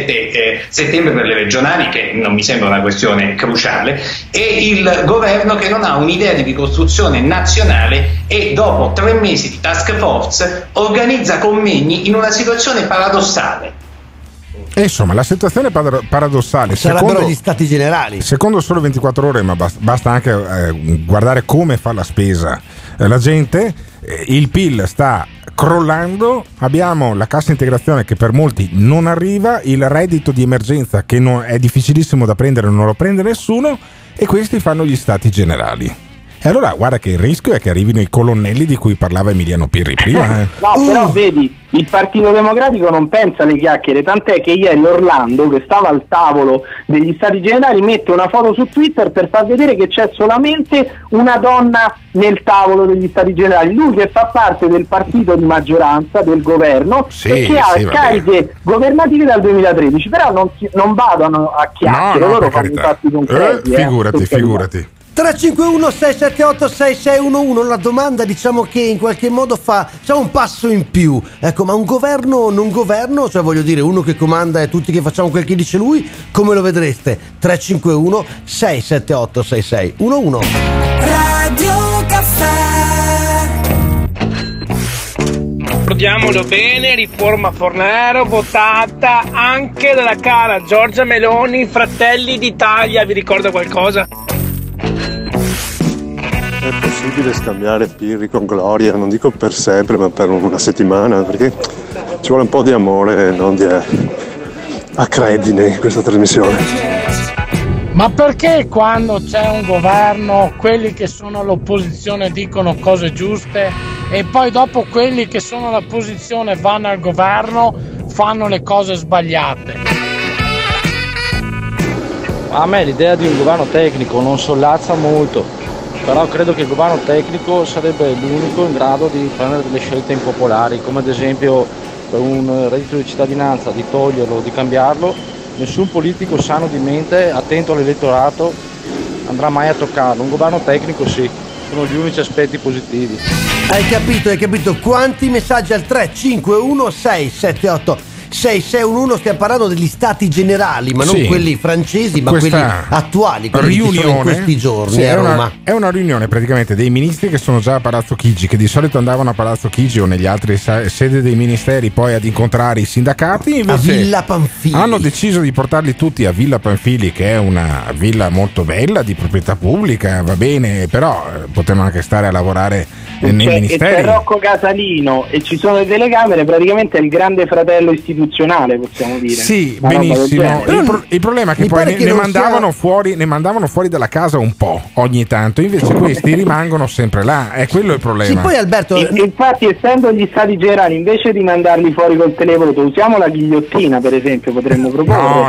27 settembre per le regionali, che non mi sembra una questione cruciale, e il governo che non ha un'idea di ricostruzione nazionale e dopo 3 mesi di task force organizza convegni in una situazione paradossale. Insomma, la situazione paradossale sarebbero gli stati generali. Secondo Solo 24 Ore, ma basta anche guardare come fa la spesa la gente, il PIL sta crollando, abbiamo la cassa integrazione che per molti non arriva, il reddito di emergenza che è difficilissimo da prendere, non lo prende nessuno, e questi fanno gli stati generali. E allora guarda che il rischio è che arrivino i colonnelli di cui parlava Emiliano Pirri prima. No, però vedi, il Partito Democratico non pensa alle chiacchiere, tant'è che ieri Orlando, che stava al tavolo degli Stati Generali, mette una foto su Twitter per far vedere che c'è solamente una donna nel tavolo degli Stati Generali, lui che fa parte del partito di maggioranza del governo e che ha cariche governative dal 2013, però non vadano a chiacchiere, loro fanno i fatti concreti. Figurati. 351 678 6611. La domanda, diciamo, che in qualche modo fa un passo in più, ecco, ma un governo non governo, cioè voglio dire, uno che comanda e tutti che facciamo quel che dice lui, come lo vedreste? 351 678 6611. Radio Caffè. Ricordiamolo bene, riforma Fornero votata anche dalla cara Giorgia Meloni, Fratelli d'Italia, vi ricorda qualcosa? È possibile scambiare Pirri con Gloria, non dico per sempre, ma per una settimana, perché ci vuole un po' di amore e non di accredine in questa trasmissione. Ma perché quando c'è un governo quelli che sono all'opposizione dicono cose giuste e poi dopo quelli che sono all'opposizione vanno al governo fanno le cose sbagliate? A me l'idea di un governo tecnico non sollazza molto, però credo che il governo tecnico sarebbe l'unico in grado di prendere delle scelte impopolari, come ad esempio per un reddito di cittadinanza, di toglierlo o di cambiarlo. Nessun politico sano di mente, attento all'elettorato, andrà mai a toccarlo. Un governo tecnico sì, sono gli unici aspetti positivi. Hai capito? Quanti messaggi al 351 678 611. Stiamo parlando degli stati generali, ma non quelli francesi, ma quelli attuali, quelli che sono in questi giorni a Roma. È una riunione praticamente dei ministri che sono già a Palazzo Chigi, che di solito andavano a Palazzo Chigi o negli altri sedi dei ministeri poi ad incontrare i sindacati. Invece a Villa Pamphili hanno deciso di portarli tutti a Villa Pamphili, che è una villa molto bella di proprietà pubblica, va bene, però potevano anche stare a lavorare nei ministeri. E c'è Rocco Casalino e ci sono le telecamere, praticamente è il grande fratello istituzionale, possiamo dire. Sì, benissimo. Il problema è che poi ne mandavano fuori dalla casa un po' ogni tanto, invece questi rimangono sempre là, è quello il problema. Sì, poi Alberto, infatti, essendo gli stati generali, invece di mandarli fuori col televoto, usiamo la ghigliottina, per esempio, potremmo proporre.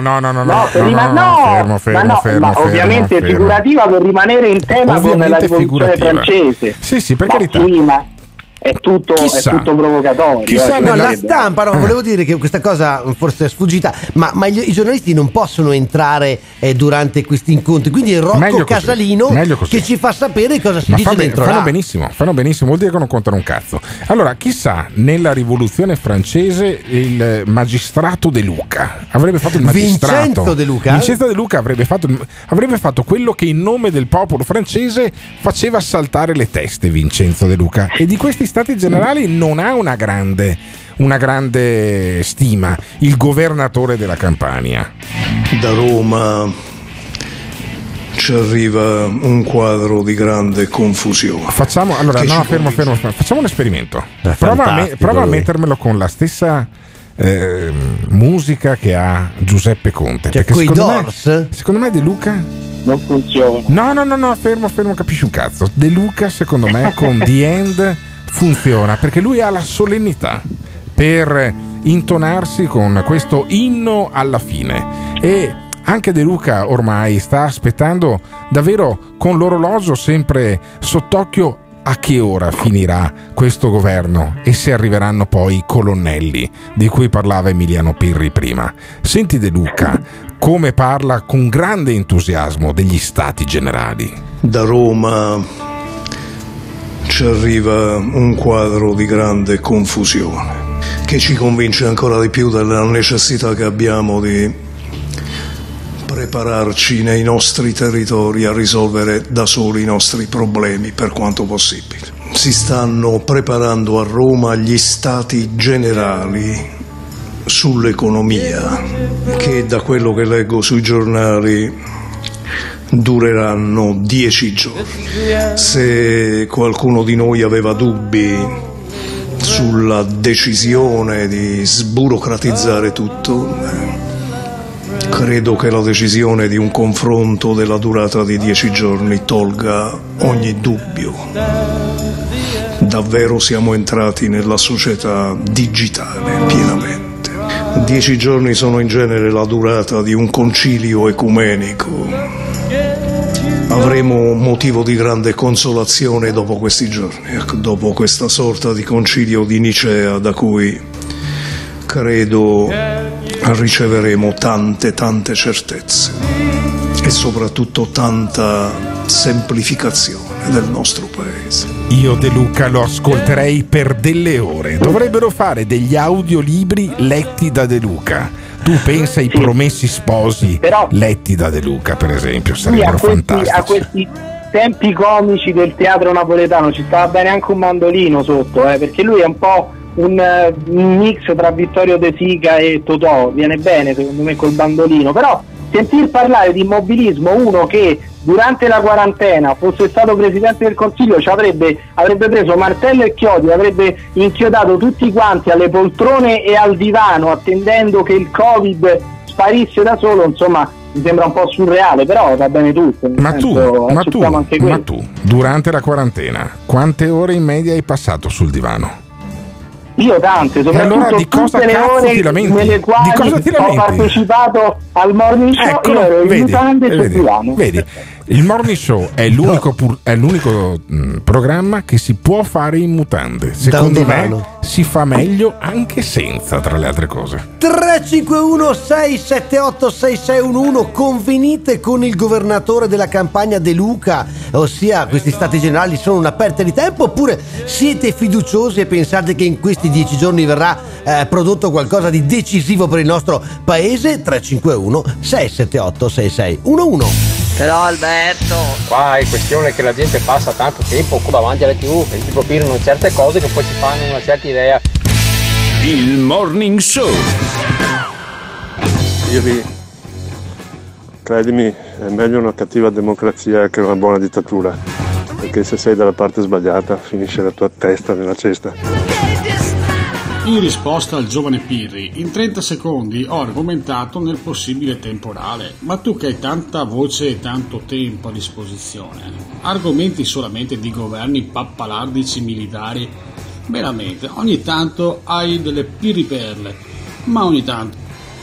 Fermo, ovviamente figurativa per rimanere in tema con la rivoluzione francese. Sì, per carità. È tutto provocatorio. Chissà, la stampa, volevo dire che questa cosa forse è sfuggita, ma i giornalisti non possono entrare durante questi incontri, quindi è Rocco Casalino che ci fa sapere cosa si dice dentro. Fanno benissimo, vuol dire che non contano un cazzo. Allora, chissà, nella rivoluzione francese il magistrato De Luca avrebbe fatto il magistrato. Vincenzo De Luca avrebbe fatto quello che in nome del popolo francese faceva saltare le teste. Vincenzo De Luca, e di questi stati generali non ha una grande stima il governatore della Campania. Da Roma ci arriva un quadro di grande confusione. Facciamo un esperimento. Prova a mettermelo con la stessa musica che ha Giuseppe Conte, perché secondo me De Luca non funziona. No, fermo, capisci un cazzo. De Luca secondo me con The End funziona, perché lui ha la solennità per intonarsi con questo inno alla fine, e anche De Luca ormai sta aspettando davvero con l'orologio sempre sott'occhio a che ora finirà questo governo e se arriveranno poi i colonnelli di cui parlava Emiliano Pirri prima. Senti De Luca come parla con grande entusiasmo degli stati generali. Da Roma ci arriva un quadro di grande confusione che ci convince ancora di più della necessità che abbiamo di prepararci nei nostri territori a risolvere da soli i nostri problemi per quanto possibile. Si stanno preparando a Roma gli stati generali sull'economia, che da quello che leggo sui giornali dureranno 10 giorni. Se qualcuno di noi aveva dubbi sulla decisione di sburocratizzare tutto, credo che la decisione di un confronto della durata di 10 giorni tolga ogni dubbio. Davvero siamo entrati nella società digitale pienamente. 10 giorni sono in genere la durata di un concilio ecumenico. Avremo motivo di grande consolazione dopo questi giorni, dopo questa sorta di concilio di Nicea, da cui credo riceveremo tante certezze e soprattutto tanta semplificazione del nostro paese. Io De Luca lo ascolterei per delle ore. Dovrebbero fare degli audiolibri letti da De Luca. Tu pensa ai Promessi Sposi letti da De Luca, per esempio, sarebbero fantastici. A questi tempi comici del teatro napoletano ci stava bene anche un mandolino sotto, perché lui è un po' un mix tra Vittorio De Sica e Totò, viene bene secondo me col bandolino, però sentir parlare di immobilismo uno che durante la quarantena fosse stato presidente del Consiglio avrebbe preso martello e chiodi, avrebbe inchiodato tutti quanti alle poltrone e al divano attendendo che il Covid sparisse da solo, insomma mi sembra un po' surreale, però va bene tutto. Ma tu, durante la quarantena, quante ore in media hai passato sul divano? Io tante, soprattutto allora di cosa tutte le ore nelle quali ho partecipato al morning show, ero in mutande sul divano. Vedi, Il Morning Show è l'unico, programma che si può fare in mutande. Secondo me si fa meglio anche senza, tra le altre cose. 351 678 6611. Convenite con il governatore della Campania De Luca, ossia questi stati generali sono una perdita di tempo, oppure siete fiduciosi e pensate che in questi 10 giorni verrà prodotto qualcosa di decisivo per il nostro paese? 351 678 6611. Però Alberto, qua è questione che la gente passa tanto tempo davanti alla TV e ti propinano certe cose che poi si fanno una certa idea. Il Morning Show. Credimi, è meglio una cattiva democrazia che una buona dittatura, perché se sei dalla parte sbagliata finisce la tua testa nella cesta. In risposta al giovane Pirri, in 30 secondi ho argomentato nel possibile temporale, ma tu che hai tanta voce e tanto tempo a disposizione, argomenti solamente di governi pappalardici militari? Veramente, ogni tanto hai delle pirriperle, ma ogni tanto.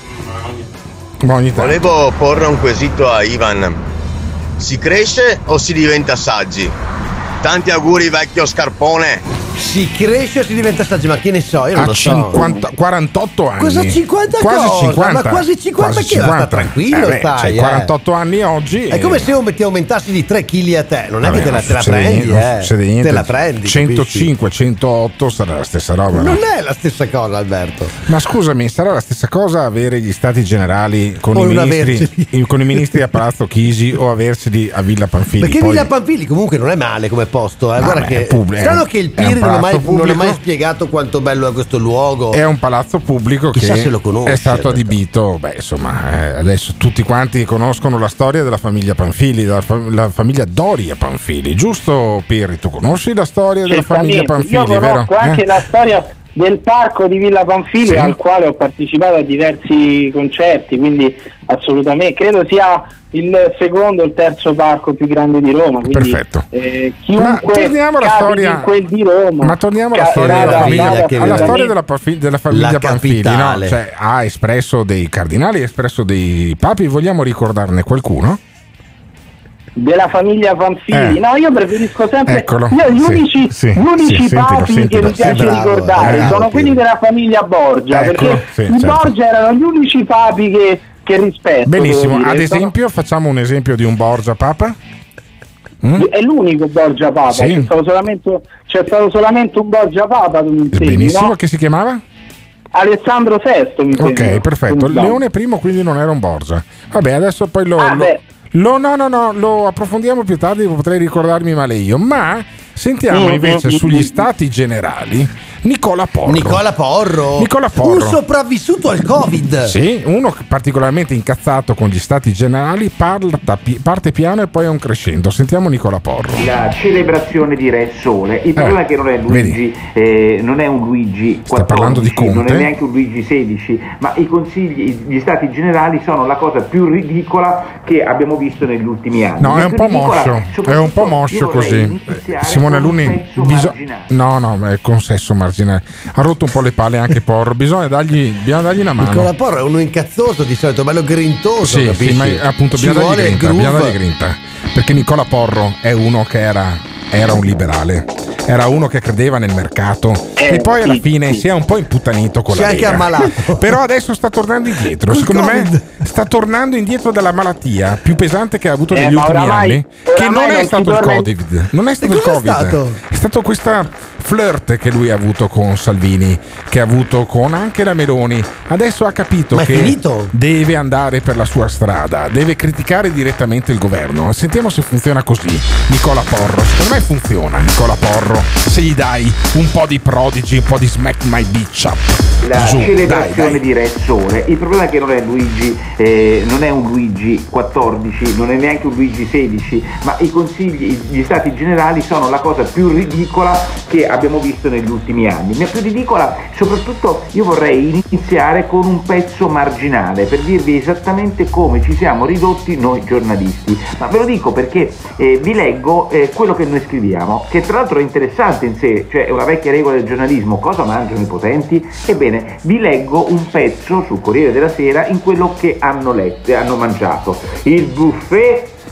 Volevo porre un quesito a Ivan. Si cresce o si diventa saggi? Tanti auguri vecchio scarpone. Si cresce o si diventa saggi, ma che ne so, io non lo so. 48 anni. Cosa 50 quasi cosa? 50. Ma quasi 50 quasi che 50. Sta tranquillo, stai. 48 anni oggi. È come se io ti aumentassi di 3 kg a te, non è che te la prendi, non succede niente. Te la prendi. 105, 108 sarà la stessa roba. Non è la stessa cosa, Alberto. Ma scusami, sarà la stessa cosa avere gli stati generali con i ministri a Palazzo Chigi o averseli a Villa Pamphili? Perché Villa Pamphili comunque non è male come posto, Guarda che strano che il Pirri non ha mai spiegato quanto bello è questo luogo. È un palazzo pubblico Chissà che se lo conosce, è stato adibito. Adesso tutti quanti conoscono la storia della famiglia Pamphili, la famiglia Doria Pamphili, giusto Pirri? Tu conosci la storia della famiglia Pamphili? Io conosco anche la storia del parco di Villa Pamphili, sì, al quale ho partecipato a diversi concerti, quindi assolutamente credo sia il secondo o il terzo parco più grande di Roma, quindi, perfetto. Chiunque torniamo alla storia in quel di Roma, ma torniamo alla storia della famiglia Pamphili, no? Cioè, ha espresso dei cardinali, ha espresso dei papi. Vogliamo ricordarne qualcuno? Della famiglia Pamphili? No, io preferisco sempre gli unici papi che mi piace ricordare sono quelli della famiglia Borgia, perché i Borgia erano gli unici papi che rispetto. Benissimo, ad esempio facciamo un esempio di un Borgia Papa. È l'unico Borgia Papa, c'è stato solamente un Borgia Papa. Benissimo, no? Che si chiamava? Alessandro VI. Ok, perfetto. Leone I quindi non era un Borgia. Vabbè, adesso poi lo approfondiamo più tardi, potrei ricordarmi male io, ma sentiamo invece sugli stati generali Nicola Porro, un sopravvissuto al Covid. Sì, uno particolarmente incazzato con gli stati generali, parte piano e poi è un crescendo. Sentiamo Nicola Porro. La celebrazione di Re Sole, il problema è che non è Luigi, non è un Luigi XIV, non è neanche un Luigi XVI, ma i consigli, gli stati generali sono la cosa più ridicola che abbiamo visto negli ultimi anni. No, è un po' moscio così. Simone Luni, no, è consesso marginale. Ha rotto un po' le palle anche Porro, bisogna dargli una mano. Nicola Porro è uno incazzoso di solito, bello grintoso, sì, ma appunto bisogna dargli grinta, perché Nicola Porro è uno che era un liberale, era uno che credeva nel mercato e poi alla fine si è un po' imputtanito con la Lega. Si è anche ammalato. Però adesso sta tornando indietro, secondo me sta tornando indietro dalla malattia più pesante che ha avuto negli ultimi anni, che non è stato il Covid, non è stato il Covid, è stato questa flirt che lui ha avuto con Salvini, che ha avuto con anche la Meloni. Adesso ha capito che deve andare per la sua strada, deve criticare direttamente il governo. Sentiamo se funziona così Nicola Porro. Secondo me funziona Nicola Porro, se gli dai un po' di Prodigy, un po' di Smack My Bitch Up. La celebrazione di Re Sole, il problema è che non è Luigi, non è un Luigi XIV, non è neanche un Luigi XVI, ma i consigli, gli stati generali sono la cosa più ridicola che abbiamo visto negli ultimi anni. Ma più ridicola, soprattutto io vorrei iniziare con un pezzo marginale per dirvi esattamente come ci siamo ridotti noi giornalisti, ma ve lo dico perché vi leggo quello che noi scriviamo, che tra l'altro è interessante in sé, cioè è una vecchia regola del giornalismo: cosa mangiano i potenti? Ebbene, vi leggo un pezzo sul Corriere della Sera in quello che hanno mangiato. Il buffet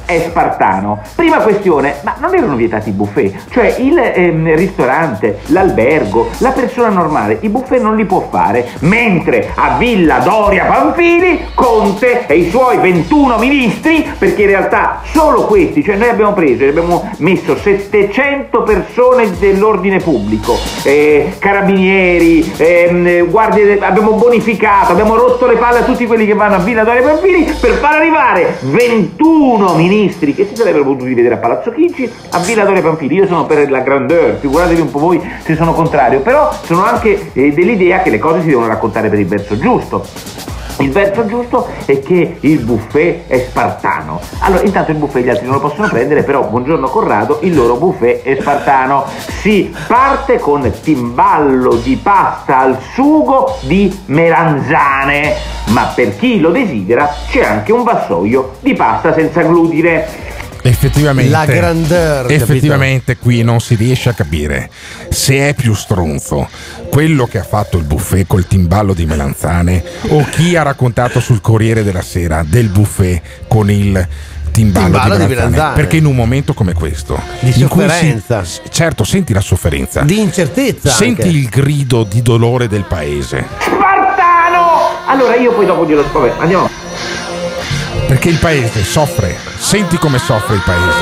è spartano. Prima questione, ma non erano vietati i buffet? Cioè il ristorante, l'albergo, la persona normale i buffet non li può fare, mentre a Villa Doria Pamphili Conte e i suoi 21 ministri, perché in realtà solo questi, cioè noi abbiamo messo 700 persone dell'ordine pubblico, carabinieri, guardie, abbiamo bonificato, abbiamo rotto le palle a tutti quelli che vanno a Villa Doria Pamphili per far arrivare 21 ministri che si sarebbero potuti vedere a Palazzo Chigi a Villa Doria Pamphili. Io sono per la grandeur, figuratevi un po' voi se sono contrario, però sono anche dell'idea che le cose si devono raccontare per il verso giusto. Il verso giusto è che il buffet è spartano. Allora, intanto il buffet gli altri non lo possono prendere, però buongiorno Corrado, il loro buffet è spartano. Si parte con timballo di pasta al sugo di melanzane, ma per chi lo desidera c'è anche un vassoio di pasta senza glutine. Effettivamente, la grandeur, effettivamente qui non si riesce a capire se è più stronzo quello che ha fatto il buffet col timballo di melanzane o chi ha raccontato sul Corriere della Sera del buffet con il timballo di melanzane. Perché in un momento come questo di sofferenza, certo, senti la sofferenza, di incertezza, senti anche il grido di dolore del paese. Spartano! Allora io poi dopo glielo vabbè, andiamo. Perché il paese soffre, senti come soffre il paese.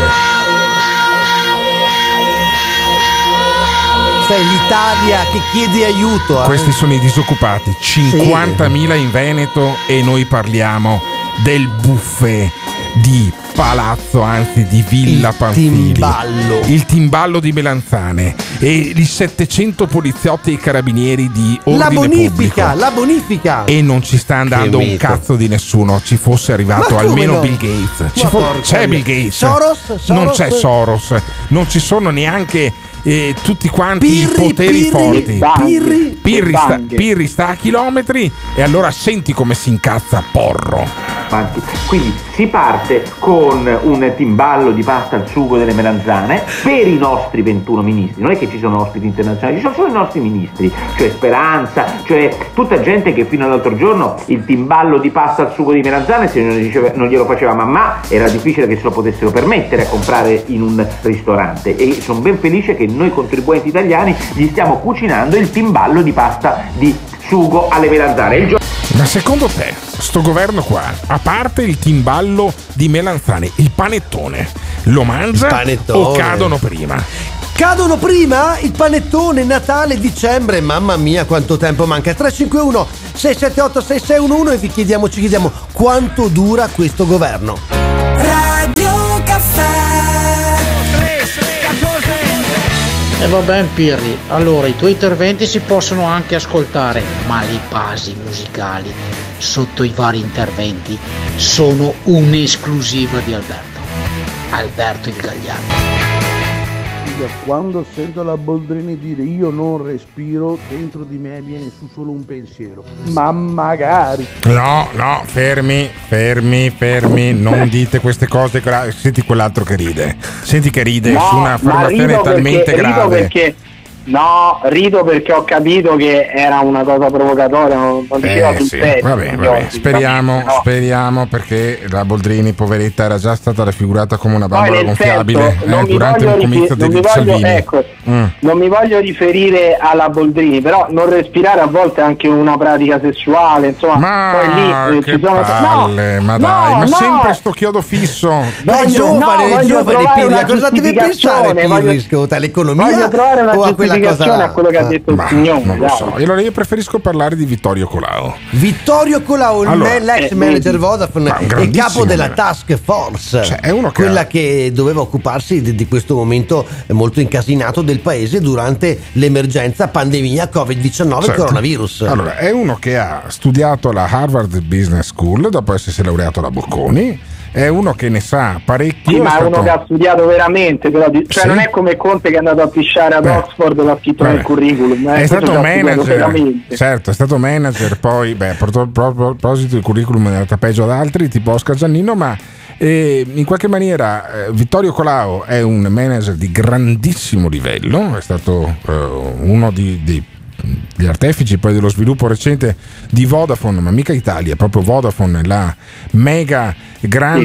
Sei l'Italia che chiede aiuto. Questi sono i disoccupati, 50.000 in Veneto, e noi parliamo del buffet di Palazzo, anzi di Villa Pamphili, il timballo di melanzane e i 700 poliziotti e carabinieri di ordine pubblico. La bonifica e non ci sta andando un cazzo di nessuno. Ci fosse arrivato almeno Bill Gates. C'è Bill Gates, Soros? Non c'è Soros, non ci sono neanche tutti quanti i poteri forti. Pirri sta a chilometri, e allora senti come si incazza Porro. Quindi si parte con un timballo di pasta al sugo delle melanzane per i nostri 21 ministri. Non è che ci sono ospiti internazionali, ci sono solo i nostri ministri, cioè Speranza, cioè tutta gente che fino all'altro giorno il timballo di pasta al sugo di melanzane, se non glielo faceva mamma, era difficile che se lo potessero permettere a comprare in un ristorante, e sono ben felice che noi contribuenti italiani gli stiamo cucinando il timballo di pasta di sugo alle melanzane. Ma secondo te sto governo qua, a parte il timballo di melanzane, il panettone lo mangia o cadono prima? Cadono prima il panettone, Natale, dicembre, mamma mia quanto tempo manca. 351 678 6611 e ci chiediamo quanto dura questo governo. Radio Caffè. E va ben Pirri, allora i tuoi interventi si possono anche ascoltare, ma le basi musicali sotto i vari interventi sono un'esclusiva di Alberto il Gagliardo. Quando sento la Boldrini dire io non respiro, dentro di me viene su solo un pensiero: ma magari. No, fermi, non dite queste cose. Senti quell'altro che ride, su una affermazione talmente grave. Rido perché ho capito che era una cosa provocatoria, non diceva sul pezzo. Vabbè, speriamo, perché la Boldrini, poveretta, era già stata raffigurata come una bambola gonfiabile durante un comizio di Salvini. Non mi voglio riferire alla Boldrini, però non respirare a volte è anche una pratica sessuale, insomma. Ma poi lì che palle, ma sempre sto chiodo fisso. È giovane, Pirri, cosa deve pensare Pirri? All'economia o a quella cosa a quello che ha detto il signore? Non lo so. Allora io preferisco parlare di Vittorio Colao. L'ex manager Vodafone e capo della task force, cioè, è uno quella che doveva occuparsi di questo momento molto incasinato del paese durante l'emergenza pandemia Covid-19 coronavirus. Allora, è uno che ha studiato alla Harvard Business School dopo essersi laureato alla Bocconi. È uno che ne sa parecchio. Ma è uno che ha studiato veramente, però non è come Conte che è andato a pisciare ad Oxford e l'ha scritto nel curriculum. È stato manager, certo, è stato manager. Poi, a proposito del curriculum è andata peggio ad altri, tipo Oscar Giannino, ma in qualche maniera Vittorio Colao è un manager di grandissimo livello, è stato uno degli artefici poi dello sviluppo recente di Vodafone, ma mica Italia, proprio Vodafone, la mega grande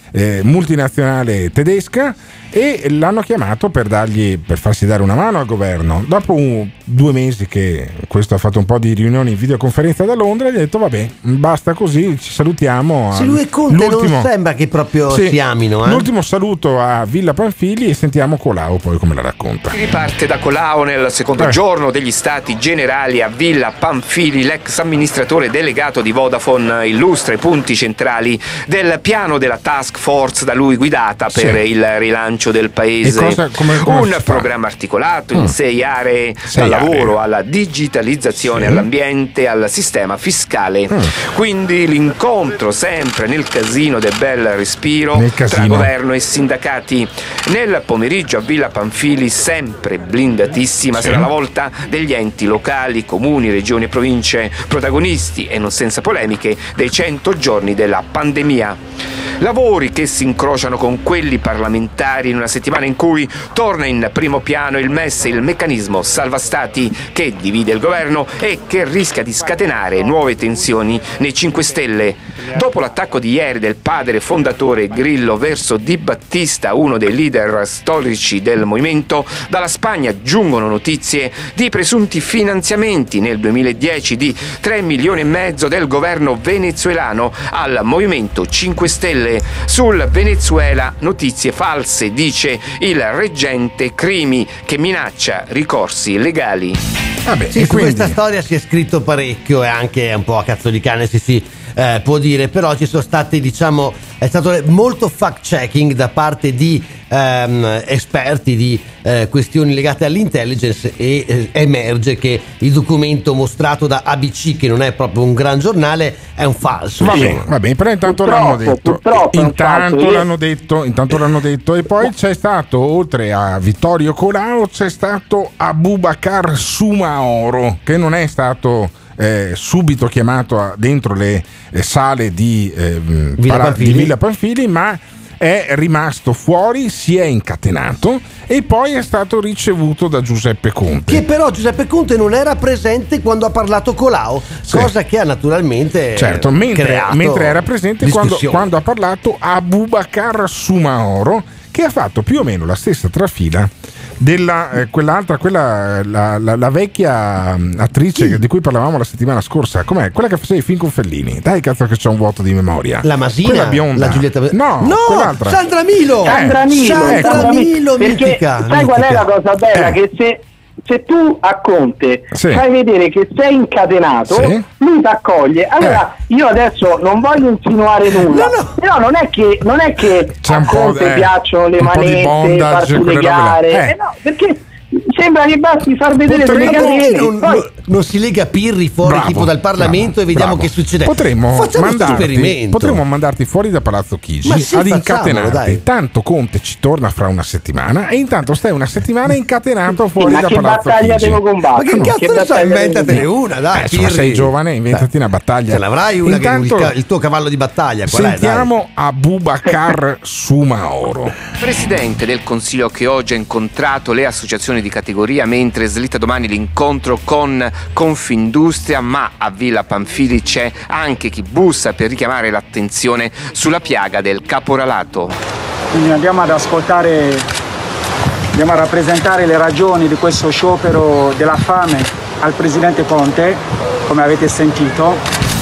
multinazionale tedesca, e l'hanno chiamato per farsi dare una mano al governo. Dopo 2 mesi che questo ha fatto un po' di riunioni in videoconferenza da Londra, gli ha detto vabbè, basta così, ci salutiamo. Se lui e Conte non sembra che proprio si amino. L'ultimo saluto a Villa Pamphili e sentiamo Colau poi come la racconta. Si riparte da Colau nel secondo giorno degli Stati Generali a Villa Pamphili. L'ex amministratore delegato di Vodafone illustra i punti centrali del piano della task force da lui guidata per il rilancio del paese. Un programma articolato in 6 aree, dal lavoro alla digitalizzazione, all'ambiente, al sistema fiscale. Quindi l'incontro sempre nel casino del bel respiro tra governo e sindacati. Nel pomeriggio a Villa Pamphili, sempre blindatissima, sarà la volta degli enti locali, comuni, regioni e province, protagonisti e non senza polemiche dei 100 giorni della pandemia. Lavori che si incrociano con quelli parlamentari in una settimana in cui torna in primo piano il MES, il meccanismo salva stati che divide il governo e che rischia di scatenare nuove tensioni nei 5 Stelle. Dopo l'attacco di ieri del padre fondatore Grillo verso Di Battista, uno dei leader storici del movimento, dalla Spagna giungono notizie di presunti finanziamenti nel 2010 di 3,5 milioni del governo venezuelano al Movimento 5 Stelle. Sul Venezuela notizie false, dice il reggente Crimi, che minaccia ricorsi legali. Su questa storia si è scritto parecchio e anche un po' a cazzo di cane si può dire, però ci sono stati, è stato molto fact checking da parte di esperti di questioni legate all'intelligence, e emerge che il documento mostrato da ABC, che non è proprio un gran giornale, è un falso. Va bene, però intanto l'hanno detto. Intanto l'hanno detto. E poi c'è stato, oltre a Vittorio Colau, c'è stato Abubakar Soumahoro, che non è stato subito chiamato dentro le sale di Villa Pamphili, ma è rimasto fuori, si è incatenato e poi è stato ricevuto da Giuseppe Conte. Che però Giuseppe Conte non era presente quando ha parlato Colau, cosa che ha naturalmente mentre era presente quando ha parlato Abubakar Soumahoro, che ha fatto più o meno la stessa trafila della la vecchia attrice di cui parlavamo la settimana scorsa. Com'è? Quella che faceva i film con Fellini. Dai, cazzo che c'è un vuoto di memoria. La Masina, quella bionda. La Giulietta. No, quell'altra. Sandra Milo. Sandra Milo, perché sai qual è la cosa bella? Che se tu a Conte fai vedere che sei incatenato, lui ti accoglie. Allora io adesso non voglio insinuare nulla, però non è che a Conte piacciono le manette, farsi legare, no, perché sembra che basti far vedere delle catene. Non si lega Pirri fuori tipo dal Parlamento e vediamo che succede. Potremmo mandarti fuori da Palazzo Chigi ad incatenarti. Tanto Conte ci torna fra una settimana e intanto stai una settimana incatenato fuori da Palazzo Chigi. Ma che battaglia devo combattere? Ma che cazzo ne so, inventatene una, dai. Sei giovane, inventati una battaglia. Ce l'avrai una, intanto, che il tuo cavallo di battaglia. Sentiamo Abubakar Soumahoro, presidente del Consiglio, che oggi ha incontrato le associazioni di categoria, mentre slitta domani l'incontro con Confindustria, ma a Villa Pamphili c'è anche chi bussa per richiamare l'attenzione sulla piaga del caporalato. Quindi andiamo ad ascoltare, andiamo a rappresentare le ragioni di questo sciopero della fame al presidente Conte, come avete sentito.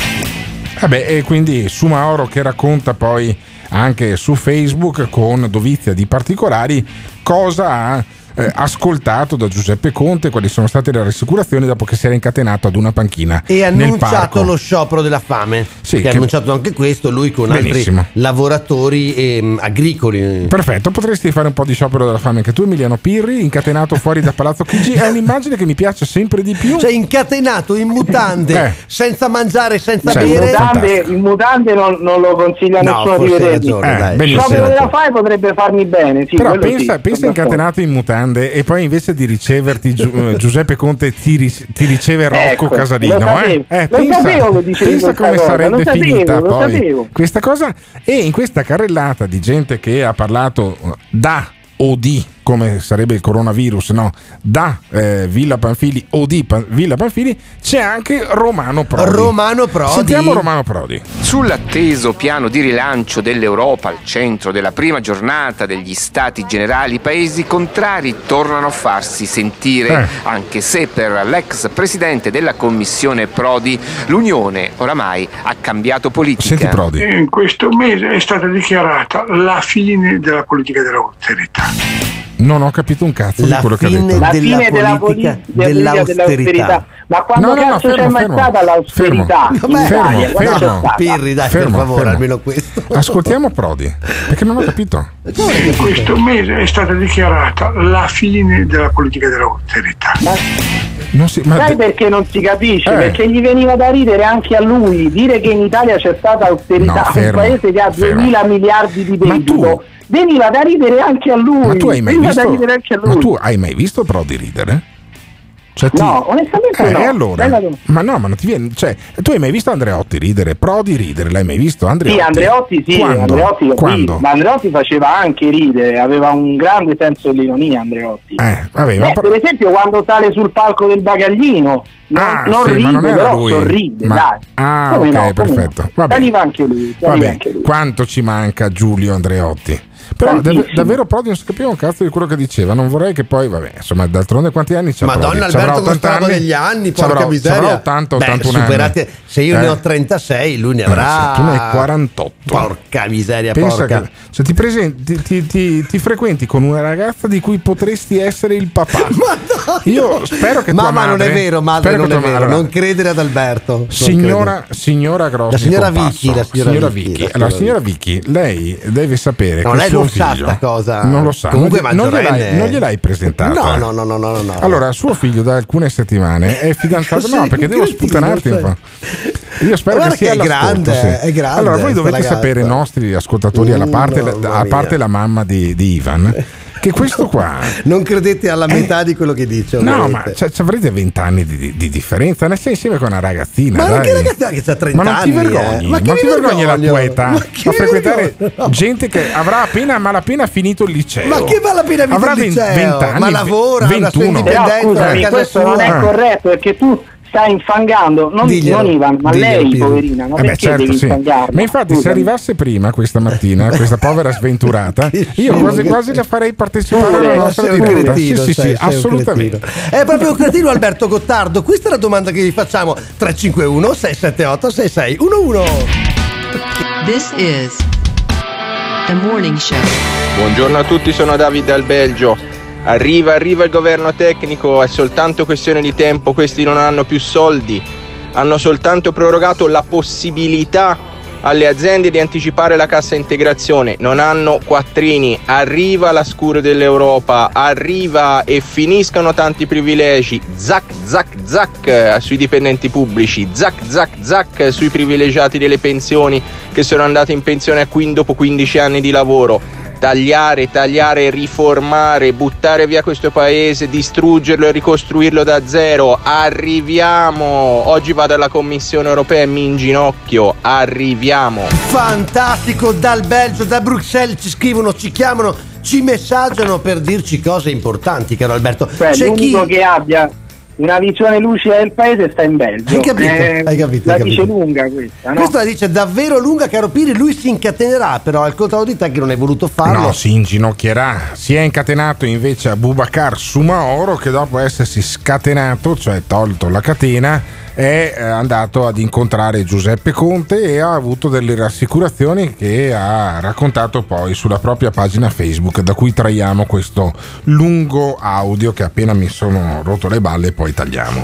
E quindi Soumahoro che racconta poi anche su Facebook con dovizia di particolari cosa ha ascoltato da Giuseppe Conte, quali sono state le rassicurazioni dopo che si era incatenato ad una panchina e ha annunciato lo sciopero della fame, che ha annunciato anche questo lui con altri lavoratori agricoli. Perfetto, potresti fare un po' di sciopero della fame anche tu, Emiliano Pirri, incatenato fuori da Palazzo Chigi. È un'immagine che mi piace sempre di più, cioè incatenato in mutande senza mangiare, senza bere. In mutande non lo consiglia nessuno di vederli. Il sciopero della fame potrebbe farmi bene, però pensa incatenato in mutande e poi invece di riceverti Giuseppe Conte ti riceve Rocco Casalino. Pensa come sarebbe finita poi questa cosa. E in questa carrellata di gente che ha parlato da o di come sarebbe il coronavirus, no? Da Villa Pamphili o di Villa Pamphili, c'è anche Romano Prodi. Sentiamo Romano Prodi. Sull'atteso piano di rilancio dell'Europa al centro della prima giornata degli Stati Generali, i paesi contrari tornano a farsi sentire, anche se per l'ex presidente della Commissione Prodi l'Unione oramai ha cambiato politica. Senti Prodi. In questo mese è stata dichiarata la fine della politica dell'austerità. Non ho capito un cazzo di quello che ha detto. La fine della politica dell'austerità. Ma quando cazzo c'è mai stata l'austerità? Fermo. Pirri, dai, per favore, almeno questo. Ascoltiamo Prodi, perché non ho capito. In questo mese è stata dichiarata la fine della politica dell'austerità. Sai perché non si capisce? Perché gli veniva da ridere anche a lui. Dire che in Italia c'è stata austerità, un paese che ha 2.000 miliardi di debito, veniva da ridere anche a lui. Ma tu hai mai visto Prodi ridere? Cioè, no, onestamente no. Allora, ma non ti viene. Cioè, tu hai mai visto Andreotti ridere? Prodi ridere? L'hai mai visto? Andreotti sì. Quando? Ma Andreotti faceva anche ridere, aveva un grande senso dell'ironia. Andreotti. Per esempio, quando sale sul palco del bagaglino, non ride, però sorride. Dai. Perfetto. Saliva anche lui. Quanto ci manca Giulio Andreotti? Però davvero Prodi non si capiva un cazzo di quello che diceva. Non vorrei che poi, insomma, d'altronde quanti anni c'ha Prodi? Madonna, Alberto mostrava degli anni, porca miseria. 80-81 anni. Se io ne ho 36, lui ne avrà. Tu ne hai 48. Porca miseria, pensa che se ti presenti, ti frequenti con una ragazza di cui potresti essere il papà. Io spero che tua madre, non è vero, madre, non è vero. Non credere ad Alberto. Signora Grossi. La signora Vicky. Allora, signora Vicky, lei deve sapere che lei non sa sta cosa. Non lo sa. Comunque non gliel'hai presentata. No. Allora, suo figlio da alcune settimane è fidanzato. No, perché devo sputanarti un po'. Io spero che sia grande. Allora, voi dovete sapere, i nostri ascoltatori, a parte la mamma di Ivan, che questo qua non credete alla metà di quello che dice. No, ma avrete 20 anni di differenza. Ne sei insieme con una ragazzina. Ma anche ragazzina che ha 30 anni. Ma non ti vergogni? Ma ti vergogni la tua età a frequentare gente che avrà malapena finito il liceo? Ma che malapena finito il liceo? 20 anni, ma lavora, 21. Però scusami, questo non è corretto, perché tu stai infangando non Ivan, ma lei, poverina. Ma perché devi infangarla? Ma infatti, se arrivasse prima questa mattina, questa povera sventurata, io quasi la farei partecipare alla nostra diretta. Sì, assolutamente. È proprio un cretino, Alberto Gottardo. Questa è la domanda che vi facciamo. 351 678 6611. This is The Morning Show. Buongiorno a tutti, sono Davide dal Belgio. Arriva il governo tecnico, è soltanto questione di tempo, questi non hanno più soldi, hanno soltanto prorogato la possibilità alle aziende di anticipare la cassa integrazione, non hanno quattrini, arriva la scure dell'Europa, arriva e finiscano tanti privilegi, zac sui dipendenti pubblici, zac sui privilegiati delle pensioni che sono andati in pensione dopo 15 anni di lavoro. Tagliare, riformare, buttare via questo paese, distruggerlo e ricostruirlo da zero. Arriviamo. Oggi vado alla Commissione europea e mi inginocchio. Arriviamo. Fantastico, dal Belgio, da Bruxelles ci scrivono, ci chiamano, ci messaggiano per dirci cose importanti, caro Alberto. C'è l'unico che abbia una visione lucida del paese sta in Belgio. Hai capito. La dice lunga questa, no? Questa la dice davvero lunga, caro Piri. Lui si incatenerà, però al contrario di te che non hai voluto farlo. No, si inginocchierà. Si è incatenato invece a Boubacar Soumaoro, che dopo essersi scatenato, cioè tolto la catena, è andato ad incontrare Giuseppe Conte e ha avuto delle rassicurazioni che ha raccontato poi sulla propria pagina Facebook, da cui traiamo questo lungo audio che appena mi sono rotto le balle poi tagliamo.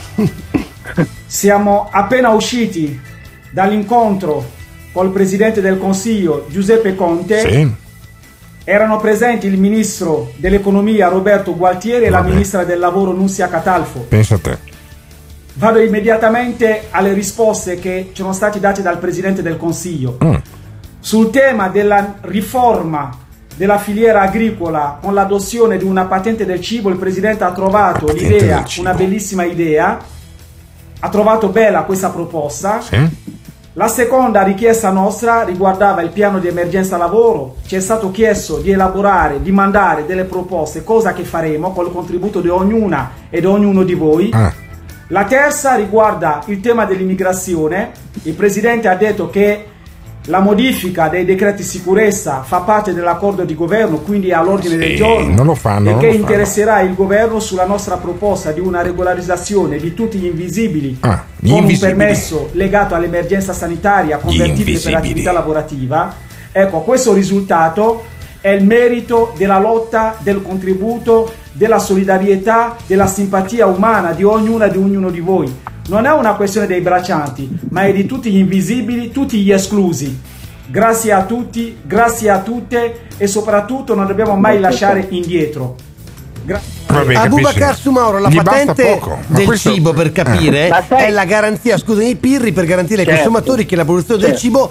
Siamo appena usciti dall'incontro col Presidente del Consiglio Giuseppe Conte. Sì. Erano presenti il Ministro dell'Economia Roberto Gualtieri e la Ministra del Lavoro Nunzia Catalfo. Pensa a te. Vado immediatamente alle risposte che ci sono state date dal Presidente del Consiglio. Sul tema della riforma della filiera agricola con l'adozione di una patente del cibo, il Presidente ha trovato l'idea, una bellissima idea, ha trovato bella questa proposta. Sì. La seconda richiesta nostra riguardava il piano di emergenza lavoro. Ci è stato chiesto di elaborare, di mandare delle proposte, cosa che faremo con il contributo di ognuna e di ognuno di voi. La terza riguarda il tema dell'immigrazione. Il Presidente ha detto che la modifica dei decreti sicurezza fa parte dell'accordo di governo, quindi è all'ordine del giorno, non lo fanno, e che interesserà il governo sulla nostra proposta di una regolarizzazione di tutti gli invisibili con un permesso legato all'emergenza sanitaria convertibile per attività lavorativa. Ecco, questo risultato è il merito della lotta, del contributo, della solidarietà, della simpatia umana di ognuna e di ognuno di voi. Non è una questione dei braccianti, ma è di tutti gli invisibili, tutti gli esclusi. Grazie a tutti, grazie a tutte, e soprattutto non dobbiamo mai lasciare indietro. Abubakar Soumaoro, la patente del cibo, per capire, è la garanzia, scusami, i Pirri, per garantire ai consumatori che la produzione del cibo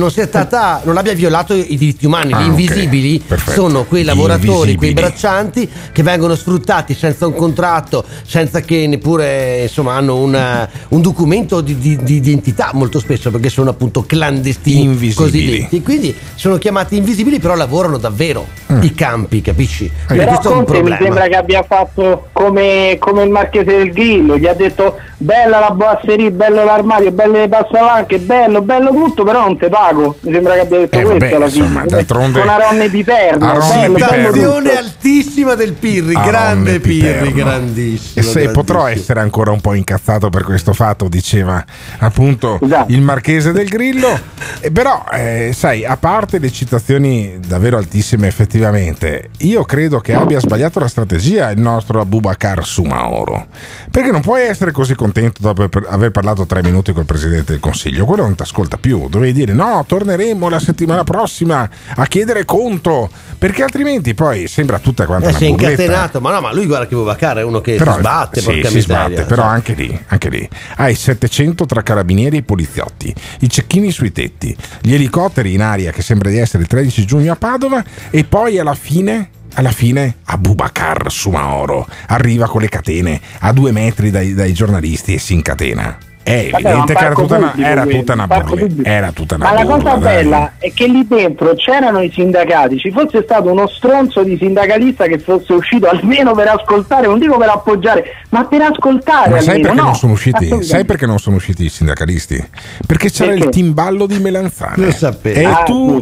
non abbia violato i diritti umani. Gli invisibili sono quei lavoratori, quei braccianti che vengono sfruttati senza un contratto, senza che neppure hanno un documento di identità, molto spesso, perché sono appunto clandestini cosiddetti. Quindi sono chiamati invisibili, però lavorano davvero i campi, capisci? Però questo è un problema. Mi sembra che abbia fatto come il Marchese del Grillo, gli ha detto bella la boasseria, bello l'armadio, belle le passavanche, bello tutto, però non te pago. Mi sembra che abbia detto questo alla fine, con Aronne Piperno. Citazione altissima del Pirri, grande Pirri, grandissimo. E potrò essere ancora un po' incazzato per questo fatto, diceva appunto il Marchese del Grillo. Però sai, a parte le citazioni davvero altissime, effettivamente io credo che abbia sbagliato la strategia il nostro Abubakar Soumaoro, perché non puoi essere così contento dopo aver parlato 3 minuti col Presidente del Consiglio. Quello non ti ascolta più, dovevi dire no, torneremo la settimana prossima a chiedere conto, perché altrimenti poi sembra tutta quanta una si è burletta. Incatenato, ma lui guarda che Abubakar è uno che si sbatte, porca si miseria, sbatte, però anche lì hai 700 tra carabinieri e poliziotti, i cecchini sui tetti, gli elicotteri in aria, che sembra di essere il 13 giugno a Padova, e poi alla fine Abubakar Soumaoro arriva con le catene a 2 metri dai giornalisti e si incatena. È evidente che era tutta una burla. Ma la cosa bella è che lì dentro c'erano i sindacati, ci fosse stato uno stronzo di sindacalista che fosse uscito almeno per ascoltare, non dico per appoggiare, ma per ascoltare. Ma sai almeno, perché non sono usciti i sindacalisti? Perché c'era il timballo di Melanzane. Lo sapevo. E tu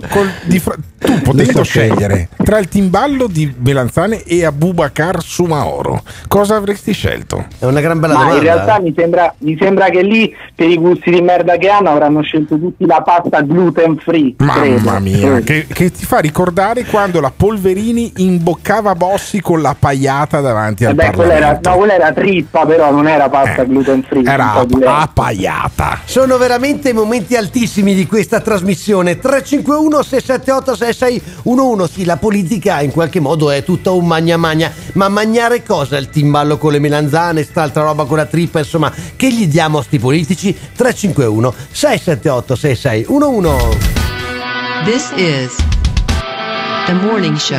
potendo scegliere tra il timballo di Melanzane e Abubakar Soumaoro, cosa avresti scelto? È una gran bella domanda. In realtà mi sembra che lì, per i gusti di merda che hanno, avranno scelto tutti la pasta gluten free. Mamma mia, che ti fa ricordare quando la Polverini imboccava Bossi con la pagliata davanti al Parlamento. Quella era trippa, però non era pasta gluten free, era pagliata. Sono veramente momenti altissimi di questa trasmissione. 351 678 6611. Sì, la politica in qualche modo è tutta un magna, ma mangiare cosa? Il timballo con le melanzane, sta altra roba con la trippa, insomma, che gli diamo a sti politici? 351 678 6611. This is The Morning Show.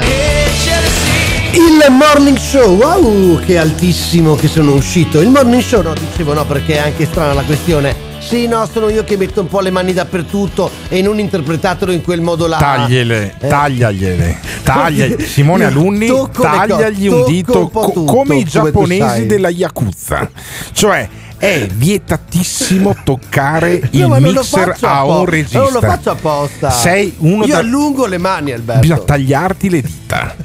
Il Morning Show, wow, che altissimo che sono uscito. Il Morning Show, dicevo perché è anche strana la questione. Sì, sono io che metto un po' le mani dappertutto e non interpretatelo in quel modo là. Tagliagliele. Simone Alunni, tagliagli un dito come i giapponesi della Yakuza. Cioè, è vietatissimo toccare il mixer a un regista. Non lo faccio apposta. Sei uno io allungo le mani, Alberto. Bisogna tagliarti le dita.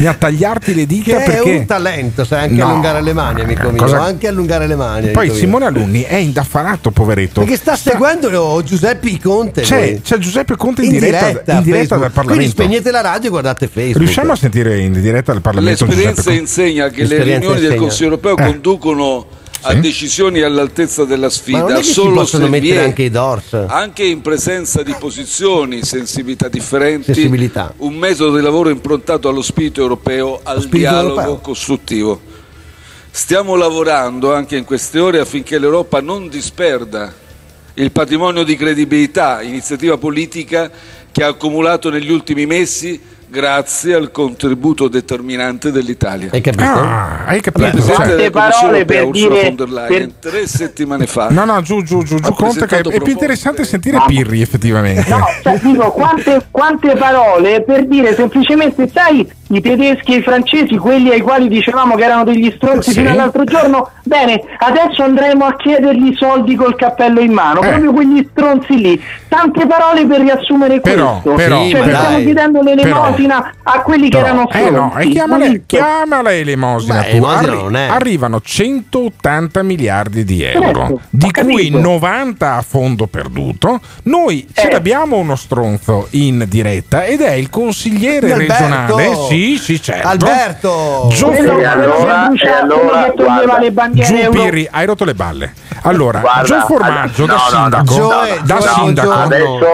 Che perché è un talento, sai anche allungare le mani, amico mio. Anche allungare le mani. Poi Simone Alunni è indaffarato, poveretto. Perché sta seguendo Giuseppe Conte. C'è Giuseppe Conte in diretta dal Parlamento. Quindi spegnete la radio e guardate Facebook. Riusciamo a sentire in diretta dal Parlamento? L'esperienza insegna che le riunioni del Consiglio europeo conducono a decisioni all'altezza della sfida, solo se vi è, anche in presenza di posizioni, sensibilità differenti, un metodo di lavoro improntato allo spirito europeo, al dialogo costruttivo. Stiamo lavorando anche in queste ore affinché l'Europa non disperda il patrimonio di credibilità, iniziativa politica che ha accumulato negli ultimi mesi grazie al contributo determinante dell'Italia. Hai capito? Hai capito? Quante parole per dire 3 settimane fa. No, giù Conte, che è più interessante sentire Pirri, effettivamente. No, dico, quante parole per dire semplicemente, sai, i tedeschi e i francesi, quelli ai quali dicevamo che erano degli stronzi fino all'altro giorno, bene, adesso andremo a chiedergli soldi col cappello in mano, proprio quegli stronzi lì. Tante parole per riassumere questo. Stiamo chiedendo l'elemosina a quelli che erano stronzi. Chiamala elemosina tu. Arrivano 180 miliardi di euro, di cui 90 a fondo perduto. Noi ce l'abbiamo uno stronzo in diretta ed è il consigliere regionale. Sì, certo. Alberto. Pirri, hai rotto le balle. Allora, Gio Formaggio da sindaco.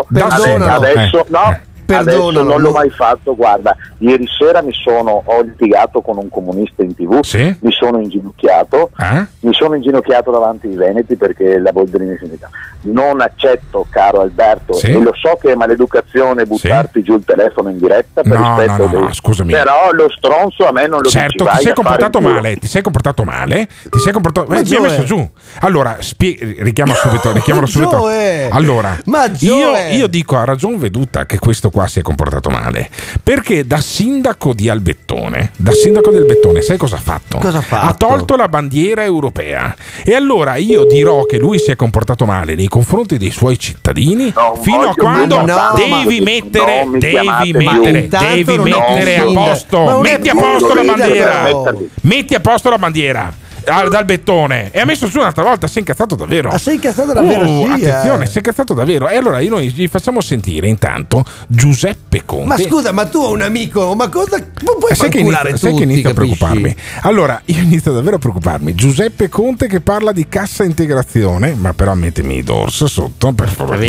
Adesso non l'ho mai fatto, guarda, ieri sera ho litigato con un comunista in TV, mi sono inginocchiato davanti ai veneti perché la Boldrini è finita. Non accetto, caro Alberto, e lo so che è maleducazione buttarti giù il telefono in diretta per rispetto scusami. Però lo stronzo a me non lo dici. Certo, ti sei comportato male. Mi ha messo giù. Allora, richiamalo subito. Allora, io dico a ragion veduta che questo qua si è comportato male, perché da sindaco del Bettone, sai cosa ha fatto? Ha tolto la bandiera europea, e allora io dirò che lui si è comportato male nei confronti dei suoi cittadini fino a quando devi mettere a posto, metti a posto la bandiera dal Bettone, e ha messo su un'altra volta. Si è incazzato davvero. Si è incazzato davvero, attenzione, si è incazzato davvero. E allora noi gli facciamo sentire intanto Giuseppe Conte. Ma scusa, ma tu hai un amico, ma cosa puoi calcolare tutti? Sai che inizia a preoccuparmi. Allora io inizio davvero a preoccuparmi. Giuseppe Conte che parla di cassa integrazione, ma però mettimi i DORS sotto, per favore,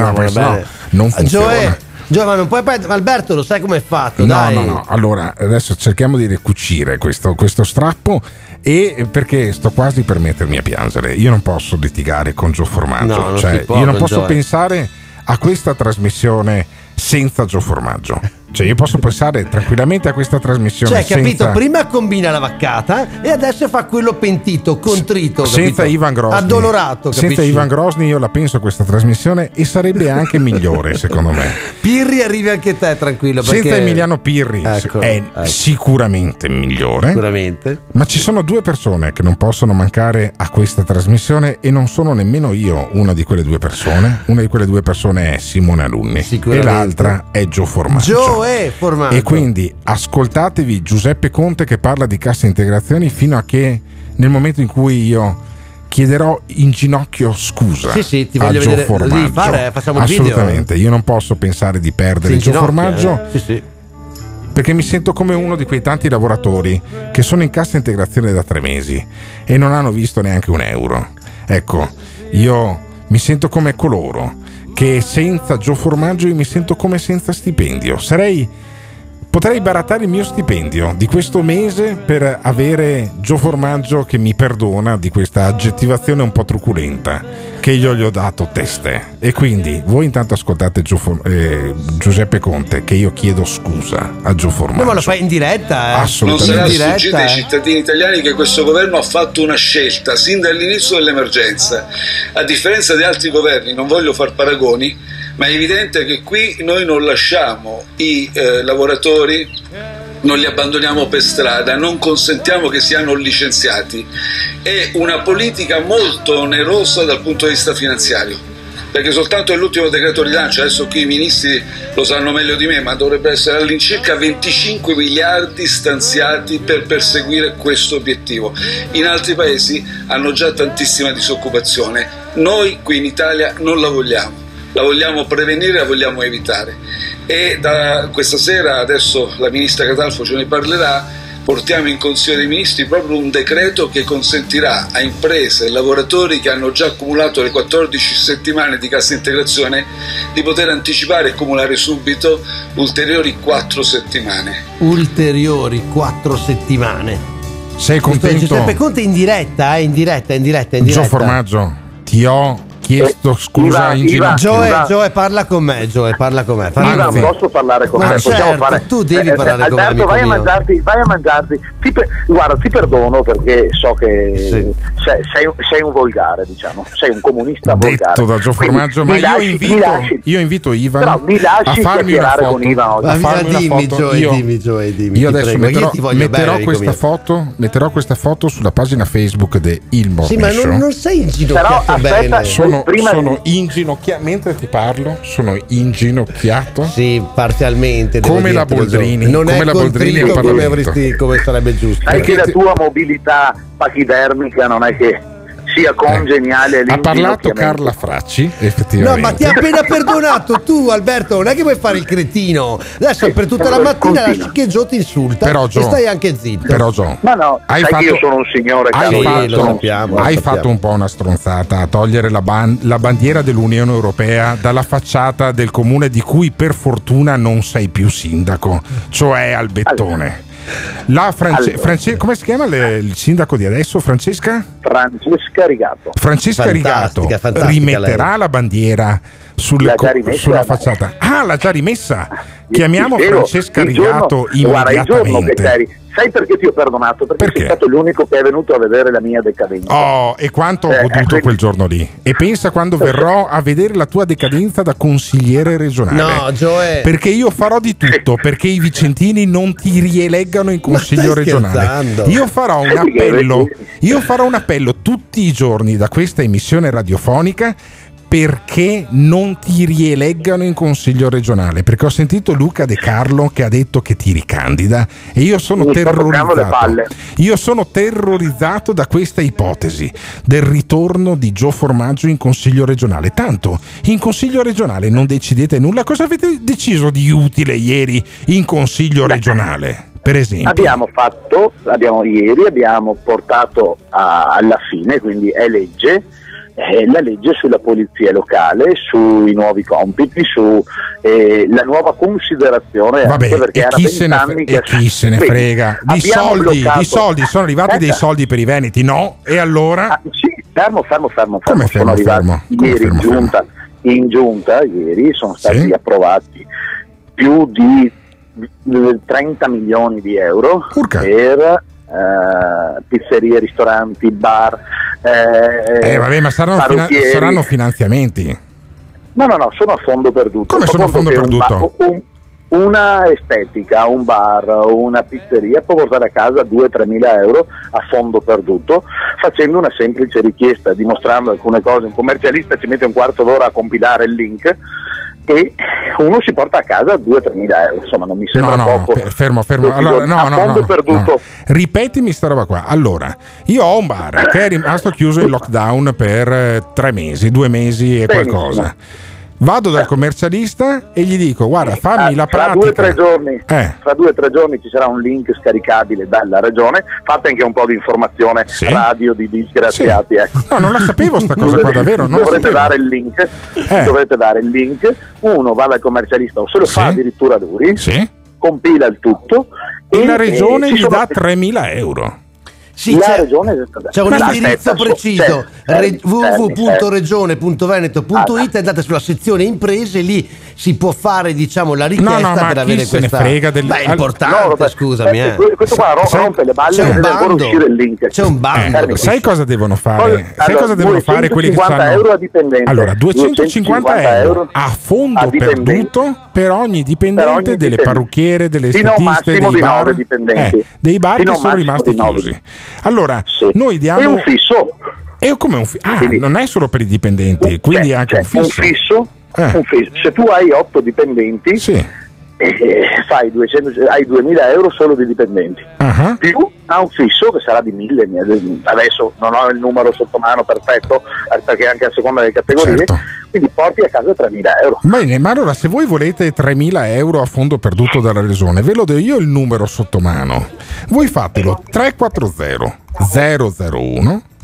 non funziona. Ma non puoi Alberto, lo sai com'è fatto? No. Allora adesso cerchiamo di ricucire questo strappo, e perché sto quasi per mettermi a piangere. Io non posso litigare con Gio Formaggio, io non posso pensare a questa trasmissione senza Gio Formaggio. Io posso pensare tranquillamente a questa trasmissione capito? Prima combina la vaccata e adesso fa quello pentito, contrito, senza Ivan Grosny, addolorato, senza Ivan Grosny io la penso questa trasmissione, e sarebbe anche migliore secondo me. Pirri, arrivi anche te tranquillo, perché senza Emiliano Pirri è sicuramente migliore, ma ci sono due persone che non possono mancare a questa trasmissione, e non sono nemmeno io una di quelle due persone. Una di quelle due persone è Simone Alunni e l'altra è Gio Formaggio. E quindi ascoltatevi Giuseppe Conte che parla di cassa integrazioni fino a che, nel momento in cui io chiederò in ginocchio scusa ti voglio a Gio Formaggio. Facciamo un assolutamente video. Io non posso pensare di perdere Gio Formaggio perché mi sento come uno di quei tanti lavoratori che sono in cassa integrazione da 3 mesi e non hanno visto neanche un euro. Ecco, io mi sento come coloro che senza Gio Formaggio io mi sento come senza stipendio. Potrei barattare il mio stipendio di questo mese per avere Gio Formaggio che mi perdona di questa aggettivazione un po' truculenta che io gli ho dato teste. E quindi voi intanto ascoltate Giuseppe Conte che io chiedo scusa a Gio Formaggio. Ma lo fai in diretta? Assolutamente. Non sarà sfuggito ai cittadini italiani che questo governo ha fatto una scelta sin dall'inizio dell'emergenza. A differenza di altri governi, non voglio far paragoni, ma è evidente che qui noi non lasciamo i lavoratori, non li abbandoniamo per strada, non consentiamo che siano licenziati. È una politica molto onerosa dal punto di vista finanziario, perché soltanto nell'ultimo decreto rilancio, adesso qui i ministri lo sanno meglio di me, ma dovrebbe essere all'incirca 25 miliardi stanziati per perseguire questo obiettivo. In altri paesi hanno già tantissima disoccupazione, noi qui in Italia non la vogliamo. La vogliamo prevenire, la vogliamo evitare, e da questa sera, adesso la ministra Catalfo ce ne parlerà, portiamo in Consiglio dei Ministri proprio un decreto che consentirà a imprese e lavoratori che hanno già accumulato le 14 settimane di cassa integrazione di poter anticipare e accumulare subito ulteriori 4 settimane. Ulteriori 4 settimane. Sei contento? Giuseppe Conte in diretta. Gio Formaggio, ti ho chiesto scusa in ginocchio. Gioè, parla con me. Ivan, posso parlare con te? Certo, tu devi parlare con me. Alberto, vai a mangiarti. Guarda, ti perdono perché so che sei un volgare, diciamo, sei un comunista volgare. Detto da Gio Formaggio, ma io invito Ivan a farmi una foto. Con Ivan oggi. Dimmi. Io adesso metterò questa foto sulla pagina Facebook di Il Morning Show. Sì, ma non sei inginocchiato bene. Sono inginocchiato mentre ti parlo, sono inginocchiato. Sì, parzialmente. Come la Boldrini. Non come è la Boldrini al Parlamento. Come sarebbe giusto. Anche la tua mobilità pachidermica non è che sia congeniale. Ha parlato Carla Fracci, effettivamente. No, ma ti ha appena perdonato tu, Alberto. Non è che vuoi fare il cretino. Adesso per tutta la mattina lasci che Gio ti insulta. Però, Gio, e stai anche zitto. Però, Gio, ma no, io sono un signore. Hai fatto un po' una stronzata a togliere la bandiera dell'Unione Europea dalla facciata del comune di cui per fortuna non sei più sindaco, cioè Albettone. Come si chiama il sindaco di adesso? Francesca Rigato. Rigato rimetterà lei la bandiera sulla facciata. L'ha già rimessa. Chiamiamo Francesca Rigato immediatamente. Sai perché ti ho perdonato? Perché sei stato l'unico che è venuto a vedere la mia decadenza. Oh, e quanto ho goduto quel giorno lì. E pensa quando verrò a vedere la tua decadenza da consigliere regionale. No, Gioè. Perché io farò di tutto perché i vicentini non ti rieleggano in consiglio regionale. Io farò un appello tutti i giorni da questa emissione radiofonica perché non ti rieleggano in consiglio regionale, perché ho sentito Luca De Carlo che ha detto che ti ricandida e io sono terrorizzato da questa ipotesi del ritorno di Gio Formaggio in consiglio regionale. Tanto in consiglio regionale non decidete nulla. Cosa avete deciso di utile ieri in consiglio regionale? Per esempio ieri abbiamo portato alla fine, quindi è legge, la legge sulla polizia locale, sui nuovi compiti, su la nuova considerazione. Vabbè, anche perché chi se ne frega di soldi sono arrivati dei soldi per i veneti, no? E allora fermo. Come sono arrivati ieri in giunta ieri sono stati approvati più di 30 milioni di euro per pizzerie, ristoranti, bar. Vabbè, ma saranno finanziamenti. No, sono a fondo perduto. Come sono a fondo perduto? Una estetica, un bar, una pizzeria può portare a casa 2-3 mila euro a fondo perduto, facendo una semplice richiesta, dimostrando alcune cose. Un commercialista ci mette un quarto d'ora a compilare il link e uno si porta a casa 2-3 mila euro. Insomma, non mi sembra poco. Fermo. Allora, fondo perduto. Ripetimi sta roba qua. Allora, io ho un bar che è rimasto chiuso in lockdown per 3 mesi, 2 mesi e qualcosa. Vado dal commercialista e gli dico: guarda, fammi la pratica. Fra 2 o 3 giorni ci sarà un link scaricabile dalla regione. Fate anche un po' di informazione radio di disgraziati. No, non la sapevo sta cosa qua, davvero. Dovrete dare il link. Uno va dal commercialista o se lo fa addirittura lui, compila il tutto e la regione gli dà 3.000 euro. Sì, c'è un indirizzo preciso, www.regione.veneto.it, andate sulla sezione imprese, lì si può fare, diciamo, la richiesta per avere questa. Frega è importante, scusami. Questo qua rompe le balle, deve ancora uscire il link. C'è un bando. Sai cosa devono fare? Quelli che sanno? Euro a dipendente. Allora, 250 euro a fondo perduto per ogni dipendente delle parrucchiere, delle estetiste, dei bar che sono rimasti chiusi. Allora, noi diamo. È un fisso. Non è solo per i dipendenti, quindi anche un fisso. Un fisso. Se tu hai 8 dipendenti, fai 2.000 euro solo di dipendenti, più ha un fisso che sarà di 1.000. Adesso non ho il numero sotto mano perfetto, perché anche a seconda delle categorie, quindi porti a casa 3.000 euro. Bene, ma allora se voi volete 3.000 euro a fondo perduto dalla regione, ve lo do io il numero sotto mano. Voi fatelo 340 001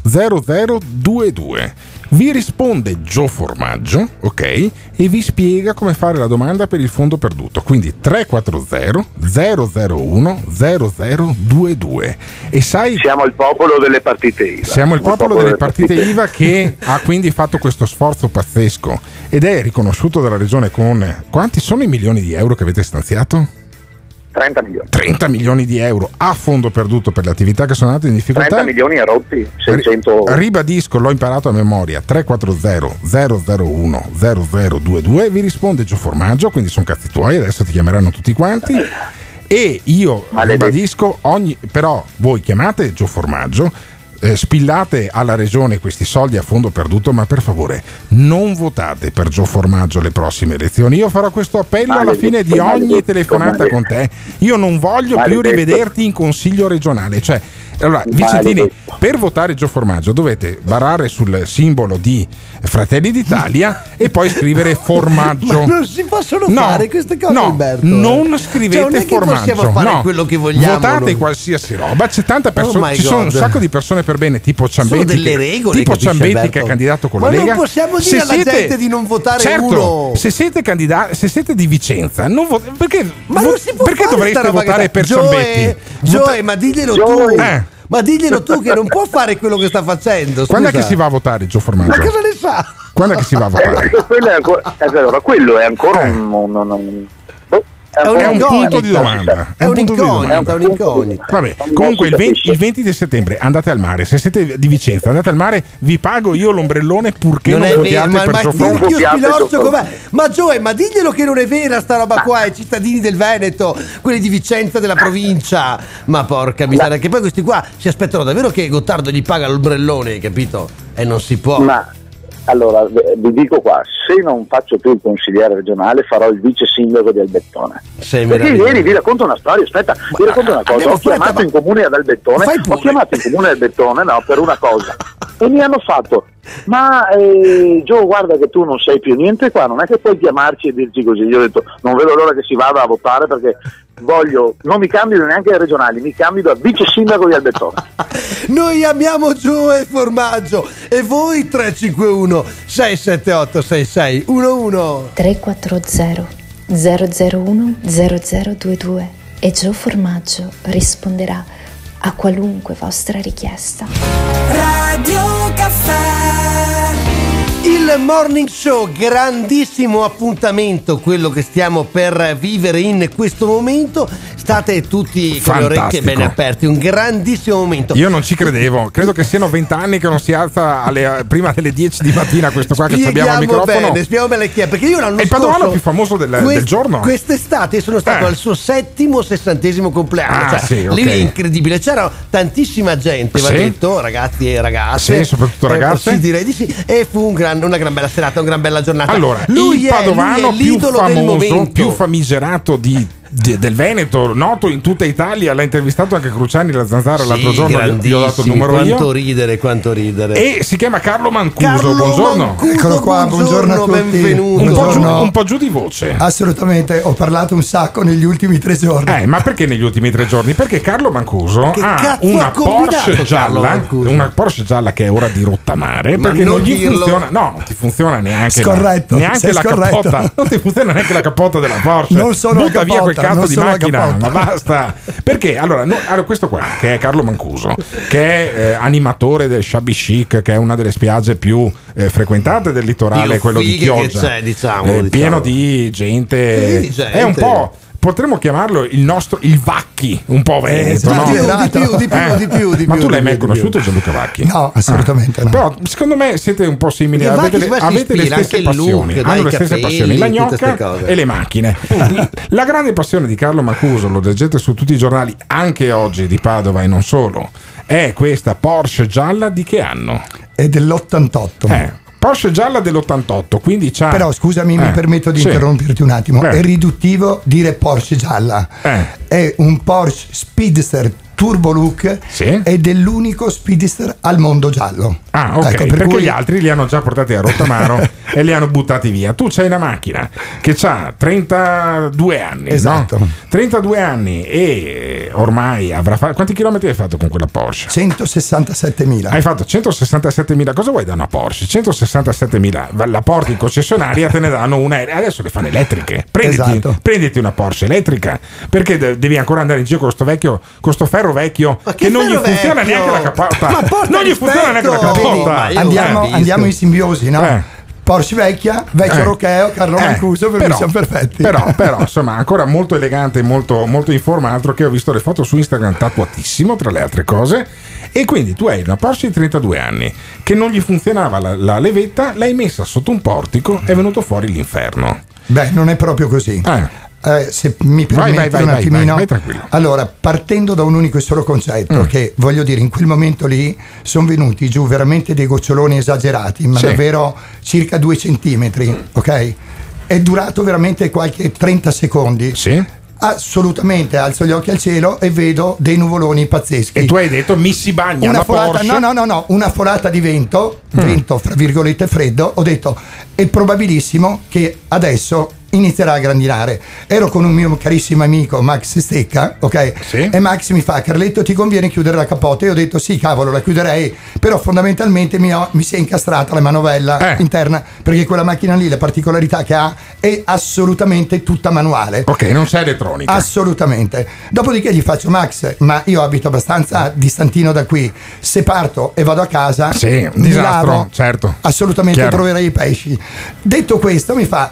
0022. Vi risponde Gio Formaggio, ok? E vi spiega come fare la domanda per il fondo perduto. Quindi 340 001 0022. E sai, siamo il popolo delle partite IVA. Siamo il popolo delle partite IVA che ha quindi fatto questo sforzo pazzesco ed è riconosciuto dalla regione con... Quanti sono i milioni di euro che avete stanziato? 30 milioni. 30 milioni di euro a fondo perduto per le attività che sono andate in difficoltà. 30 milioni a rotti, 600. Ribadisco, l'ho imparato a memoria. 340 001 0022. Vi risponde Gio Formaggio, quindi sono cazzi tuoi, adesso ti chiameranno tutti quanti. E io ribadisco, però voi chiamate Gio Formaggio, spillate alla regione questi soldi a fondo perduto, ma per favore non votate per Gio Formaggio alle prossime elezioni. Io farò questo appello alla fine di ogni telefonata con te. Io non voglio più rivederti in consiglio regionale. Cioè, allora, Vicentini, per votare Gio Formaggio dovete barare sul simbolo di Fratelli d'Italia e poi scrivere Formaggio. Ma non si possono fare queste cose, Alberto. Non scrivete non è che Formaggio. Possiamo fare quello che vogliamo. Votate noi. Qualsiasi roba. C'è tanta persona, ci sono un sacco di persone per bene, tipo Ciambetti. Sono delle regole, tipo Ciambetti che è candidato con la Lega. Ma non possiamo dire alla gente di non votare uno. Se siete candidati, se siete di Vicenza, non perché? Ma non si può perché dovreste votare per Ciambetti? Gioe, ma diglielo tu. Ma diglielo tu che non può fare quello che sta facendo. Scusa. Quando è che si va a votare Gio Formaggio? Ma cosa ne sa? Quando è che si va a votare? Quello è ancora è un punto di domanda. È un'incognita. Vabbè, comunque il 20 di settembre andate al mare. Se siete di Vicenza, andate al mare, vi pago io l'ombrellone purché non votiate per Gio Formaggio. Ma Gioè, ma diglielo che non è vera sta roba qua, ai cittadini del Veneto, quelli di Vicenza della provincia. Ma porca miseria, che poi questi qua si aspettano davvero che Gottardo gli paga l'ombrellone, capito? E non si può. Ma allora vi dico qua, se non faccio più il consigliere regionale farò il vice sindaco di Albettone. Perché ieri vi racconto una storia, vi racconto una cosa. Ho chiamato in comune ad Albettone, per una cosa e mi hanno fatto: ma Gio, guarda che tu non sei più niente qua, non è che puoi chiamarci e dirci così. Io ho detto: non vedo l'ora che si vada a votare, perché non mi candido neanche ai regionali, mi candido a vice sindaco di Albettone. Noi amiamo Gioe Formaggio. E voi? 351 678 6611 340 001 0022 e Gio Formaggio risponderà a qualunque vostra richiesta. Radio Caffè. Il Morning Show, grandissimo appuntamento quello che stiamo per vivere in questo momento. State tutti con le orecchie bene aperte, un grandissimo momento. Io non ci credevo, credo che siano 20 anni che non si alza prima delle 10 di mattina questo qua che abbiamo al microfono. Spieghiamo bene chi è, perché io l'anno scorso... È il padovano più famoso del giorno. Quest'estate sono stato al suo 60° compleanno, lì è incredibile, c'era tantissima gente, va detto, ragazzi e ragazze. Sì, soprattutto ragazze. Sì, direi di sì, e fu una gran bella serata, una gran bella giornata. Allora, lui il padovano più famoso, più famigerato del Veneto, noto in tutta Italia, l'ha intervistato anche Cruciani la Zanzara l'altro giorno, gli ho dato il numero quanto ridere. E si chiama Carlo Mancuso. Buongiorno. Eccolo qua, buongiorno a tutti. Benvenuto. Un po' giù di voce. Assolutamente, ho parlato un sacco negli ultimi 3 giorni. Ma perché negli ultimi 3 giorni? Perché Carlo Mancuso ha una Porsche gialla, che è ora di rottamare, perché non gli funziona. No, non ti funziona neanche la cappota. Non ti funziona neanche la cappota della Porsche. Non sono butta via quel cazzo di macchina, ma basta. Perché allora questo qua, che è Carlo Mancuso, che è animatore del Shabby Chic, che è una delle spiagge più frequentate del litorale, quello di Chioggia, che c'è, diciamo. Pieno di gente. È un po', potremmo chiamarlo il Vacchi, un po' veneto, no? Di più. Ma tu l'hai mai conosciuto Gianluca Vacchi? No, assolutamente no. Però secondo me siete un po' simili, avete le stesse passioni, hanno le stesse passioni, la gnocca e le macchine. La grande passione di Carlo Mancuso, lo leggete su tutti i giornali anche oggi di Padova e non solo, è questa Porsche gialla di che anno? È dell'88. Porsche gialla dell'88, quindi c'ha... Però scusami, mi permetto di interromperti un attimo. È riduttivo dire Porsche gialla. È un Porsche Speedster Turbo Look ed è l'unico Speedster al mondo giallo. Ah, ok, ecco, perché cui... gli altri li hanno già portati a Rottamaro e li hanno buttati via. Tu c'hai una macchina che ha 32 anni, esatto, no? 32 anni e ormai avrà fatto... Quanti chilometri hai fatto con quella Porsche? 167.000. Hai fatto 167.000. Cosa vuoi da una Porsche? 167.000. La porti in concessionaria, te ne danno una. Adesso le fanno elettriche. Prenditi una Porsche elettrica, perché devi ancora andare in giro con sto ferro vecchio che non gli funziona neanche la capota. Non gli funziona neanche la capota. Andiamo in simbiosi, no? Porsche vecchio Rocheo, Carlo Mancuso, per siamo perfetti. Però insomma ancora molto elegante, molto, molto in forma. Altro che ho visto le foto su Instagram, tatuatissimo tra le altre cose. E quindi tu hai una Porsche di 32 anni che non gli funzionava la levetta, l'hai messa sotto un portico, è venuto fuori l'inferno. Beh, non è proprio così. Se mi permetti un attimino, vai tranquillo. Allora, partendo da un unico e solo concetto, che voglio dire, in quel momento lì sono venuti giù veramente dei goccioloni esagerati, ma davvero circa 2 centimetri, ok? È durato veramente qualche 30 secondi. Assolutamente, alzo gli occhi al cielo e vedo dei nuvoloni pazzeschi. E tu hai detto mi si bagna una la folata, Porsche? No, una folata di vento fra virgolette freddo. Ho detto è probabilissimo che adesso inizierà a grandinare. Ero con un mio carissimo amico Max Stecca, ok? E Max mi fa: Carletto, ti conviene chiudere la capota? E io ho detto sì, cavolo, la chiuderei, però fondamentalmente mi si è incastrata la manovella interna, perché quella macchina lì, la particolarità che ha è assolutamente tutta manuale. Ok, non c'è elettronica. Assolutamente. Dopodiché gli faccio: Max, ma io abito abbastanza distantino da qui, se parto e vado a casa mi lavo, assolutamente troverai i pesci. Detto questo mi fa: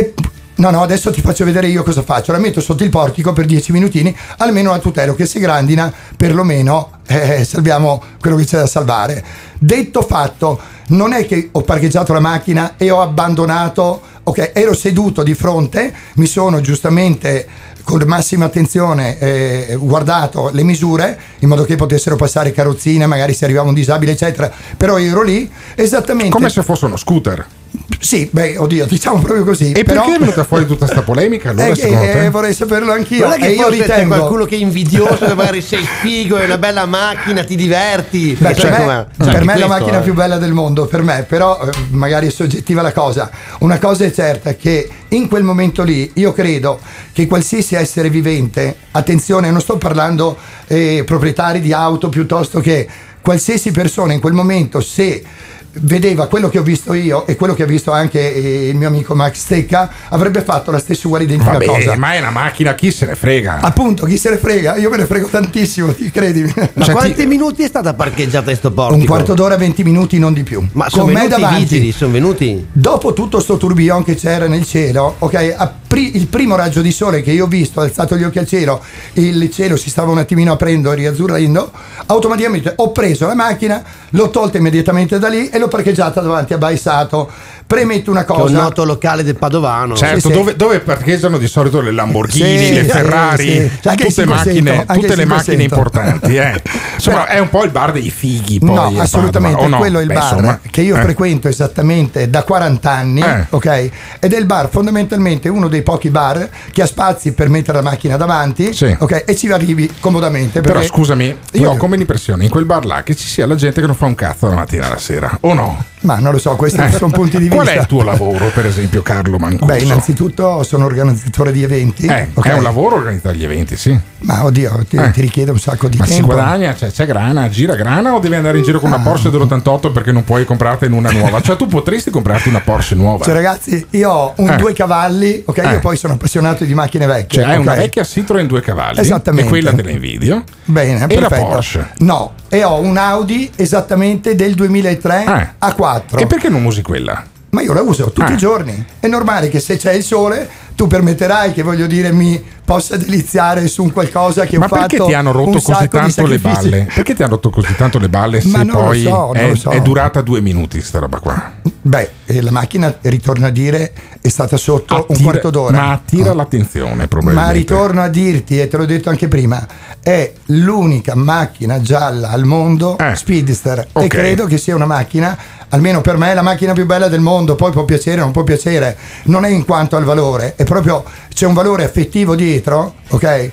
no, adesso ti faccio vedere io cosa faccio. La metto sotto il portico per 10 minutini, almeno la tutelo, che se grandina perlomeno salviamo quello che c'è da salvare. Detto fatto, non è che ho parcheggiato la macchina e ho abbandonato, ok, ero seduto di fronte, mi sono giustamente con massima attenzione guardato le misure in modo che potessero passare carrozzine, magari se arrivava un disabile eccetera, però io ero lì esattamente come se fosse uno scooter. Sì, beh, oddio, diciamo proprio così. E perché è venuta fuori tutta sta polemica? Allora, vorrei saperlo anch'io. Non è che io ritengo qualcuno che è invidioso, che magari sei figo, è una bella macchina, ti diverti. Beh, per me è la macchina più bella del mondo, per me, però magari è soggettiva la cosa. Una cosa è certa, che in quel momento lì io credo che qualsiasi essere vivente, attenzione, non sto parlando proprietari di auto, piuttosto che qualsiasi persona in quel momento, se vedeva quello che ho visto io e quello che ha visto anche il mio amico Max Stecca, avrebbe fatto la stessa uguale identica cosa. Ma è una macchina, chi se ne frega? Appunto, chi se ne frega? Io me ne frego tantissimo, credimi. Ma quanti minuti è stata parcheggiata in sto portico? Un quarto d'ora, 20 minuti, non di più. Ma sono venuti i vigili, sono venuti? Dopo tutto sto tourbillon che c'era nel cielo, ok, il primo raggio di sole che io ho visto, ho alzato gli occhi al cielo, il cielo si stava un attimino aprendo e riazzurrendo, automaticamente ho preso la macchina, l'ho tolta immediatamente da lì e l'ho parcheggiata davanti a Baisato. Premetto una cosa, che è un noto locale del Padovano, certo, dove parcheggiano di solito le Lamborghini, le Ferrari, tutte le macchine importanti, insomma è un po' il bar dei fighi poi. No, assolutamente, quello è il bar che io frequento esattamente da 40 anni, ok, ed è il bar fondamentalmente uno dei pochi bar che ha spazi per mettere la macchina davanti, ok, e ci arrivi comodamente. Però scusami, io ho come l'impressione in quel bar là che ci sia la gente che non fa un cazzo la mattina alla sera, o no? Ma non lo so, questi sono punti di vista. Qual è il tuo lavoro, per esempio, Carlo Mancuso? Beh, innanzitutto sono organizzatore di eventi. È un lavoro organizzare gli eventi, sì. Ma oddio, ti richiede un sacco di tempo. Ma si guadagna, c'è grana, gira grana, o devi andare in giro con una Porsche dell'88 perché non puoi comprarti una nuova? Cioè tu potresti comprarti una Porsche nuova. Cioè ragazzi, io ho 2 cavalli, ok? Io poi sono appassionato di macchine vecchie. Cioè hai una vecchia Citroen 2 cavalli. Esattamente. E quella te la invidio. Bene, e perfetto. la Porsche? No, e ho un Audi esattamente del 2003 A4. E perché non usi quella? Ma io la uso tutti i giorni. È normale che se c'è il sole tu permetterai che, voglio dire, mi possa deliziare su un qualcosa che ho fatto. Ma perché ti hanno rotto così tanto le balle? Perché ti hanno rotto così tanto le balle se poi è durata 2 minuti sta roba qua? Beh, la macchina, ritorno a dire, è stata sotto un quarto d'ora. Ma attira l'attenzione probabilmente. Ma ritorno a dirti, e te l'ho detto anche prima, è l'unica macchina gialla al mondo Speedster, e credo che sia una macchina, almeno per me, la macchina più bella del mondo. Poi può piacere o non può piacere, non è in quanto al valore, è proprio, c'è un valore affettivo dietro, ok,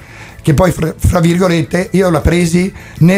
che poi fra virgolette io l'ho presi nel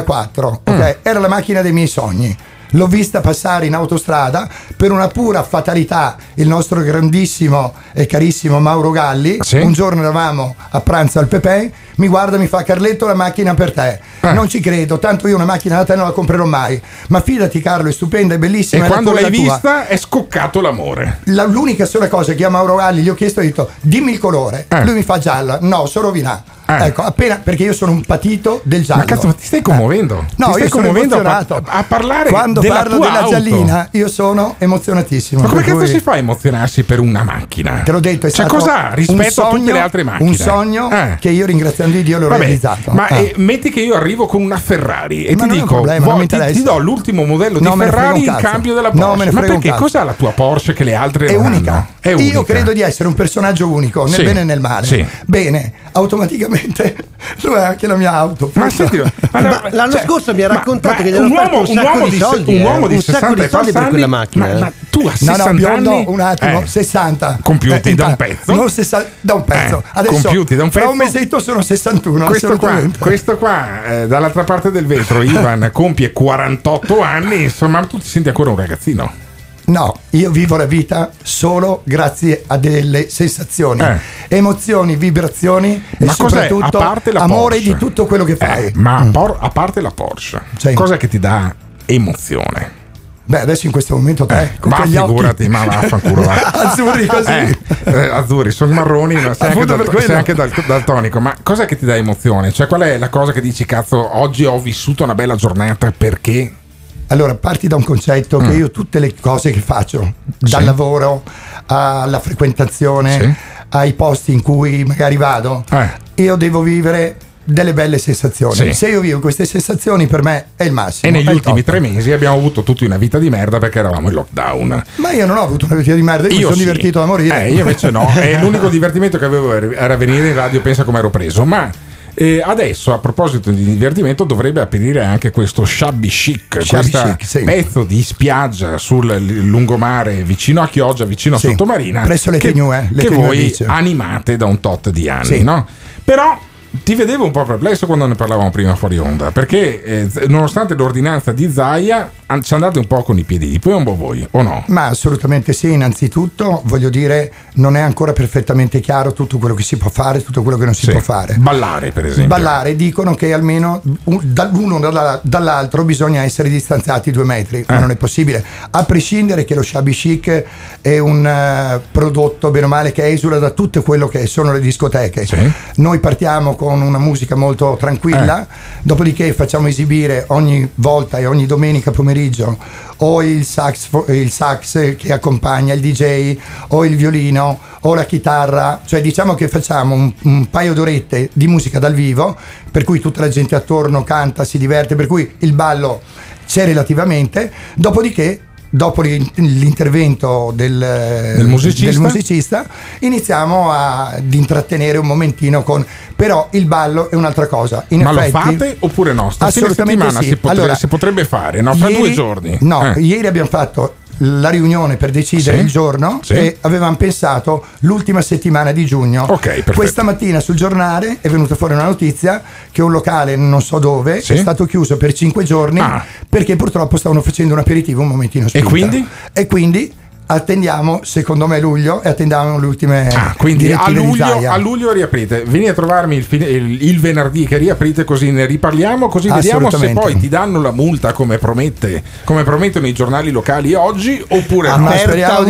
94, ok? Era la macchina dei miei sogni. L'ho vista passare in autostrada per una pura fatalità. Il nostro grandissimo e carissimo Mauro Galli, un giorno eravamo a pranzo al Pepè, mi guarda e mi fa: Carletto, la macchina per te. Non ci credo, tanto io una macchina da te non la comprerò mai, ma fidati Carlo, è stupenda, è bellissima. E quando l'hai vista è scoccato l'amore. L'unica sola cosa che a Mauro Galli gli ho chiesto, ho detto: dimmi il colore. Lui mi fa gialla. No, sono rovinato. Ecco, appena, perché io sono un patito del giallo. Ma cazzo, ma ti stai commuovendo? No, ti io stai sono commuovendo emozionato. a parlare quando della parlo tua della auto. giallina io sono emozionatissimo. Ma come cazzo si fa a emozionarsi per una macchina? Te l'ho detto, è stato cosa rispetto a tutte le altre macchine? Un sogno che io, ringraziando Dio, l'ho realizzato. Ma metti che io arrivo con una Ferrari e ma ti dico, ti do l'ultimo modello di Ferrari in cambio della Porsche. No, me ne ma frega perché cos'ha la tua Porsche che le altre è non unica. hanno? È unica. Io credo di essere un personaggio unico nel bene e nel male. Bene, automaticamente lo è anche la mia auto. Ma senti, l'anno scorso mi ha raccontato che gli hanno fatto un sacco di soldi. Un uomo di 60 per quella macchina. Ma tu a 60 anni, un attimo, 60 compiuti da un pezzo. Non 60, da un pezzo. Adesso compiuti da un pezzo. Fra un mesetto sono 61. Questo qua dall'altra parte del vetro, Ivan, compie 48 anni. Insomma, tu ti senti ancora un ragazzino. No, io vivo la vita solo grazie a delle sensazioni, emozioni, vibrazioni e soprattutto amore Porsche, di tutto quello che fai. A parte la Porsche, cos'è che ti dà emozione? Beh, adesso in questo momento te con ma figurati, ma vaffanculo. Azzurri così. Azzurri, sono marroni, ma sei anche daltonico. Ma cos'è che ti dà emozione? Cioè, qual è la cosa che dici, cazzo, oggi ho vissuto una bella giornata perché? Allora, parti da un concetto che io tutte le cose che faccio, dal lavoro alla frequentazione, ai posti in cui magari vado, io devo vivere delle belle sensazioni. Se io vivo queste sensazioni, per me è il massimo. E negli ultimi 3 mesi abbiamo avuto tutti una vita di merda perché eravamo in lockdown. Ma io non ho avuto una vita di merda, io mi sono divertito da morire. Io invece no. E l'unico divertimento che avevo era venire in radio, pensa come ero preso. Ma adesso, a proposito di divertimento, dovrebbe aprire anche questo Shabby Chic, pezzo di spiaggia sul lungomare vicino a Chioggia, vicino a Sottomarina, presso le che voi animate da un tot di anni, no? Però ti vedevo un po' perplesso quando ne parlavamo prima fuori onda, perché nonostante l'ordinanza di Zaia ci andate un po' con i piedi di poi un po' voi, o no? Ma assolutamente sì. Innanzitutto voglio dire, non è ancora perfettamente chiaro tutto quello che si può fare, tutto quello che non si può fare. Ballare, per esempio. Ballare, dicono che almeno dall'uno dall'altro bisogna essere distanziati 2 metri, ma non è possibile, a prescindere che lo Shabby Chic è un prodotto bene o male che esula da tutto quello che sono le discoteche. Noi partiamo con una musica molto tranquilla, dopodiché facciamo esibire ogni volta e ogni domenica pomeriggio o il sax che accompagna il DJ, o il violino, o la chitarra, cioè diciamo che facciamo un paio d'orette di musica dal vivo, per cui tutta la gente attorno canta, si diverte, per cui il ballo c'è relativamente, dopodiché dopo l'intervento del musicista iniziamo ad intrattenere un momentino però il ballo è un'altra cosa. Ma lo fate oppure no? Assolutamente fine settimana si potrebbe fare, no? Fra 2 giorni. No, ieri abbiamo fatto la riunione per decidere il giorno e avevamo pensato l'ultima settimana di giugno. Questa mattina sul giornale è venuta fuori una notizia che un locale non so dove è stato chiuso per 5 giorni perché purtroppo stavano facendo un aperitivo un momentino spinta. E quindi attendiamo, secondo me, luglio, e attendiamo le ultime quindi a luglio riaprite. Vieni a trovarmi il venerdì che riaprite, così ne riparliamo, così vediamo se poi ti danno la multa come promettono i giornali locali oggi, oppure aperta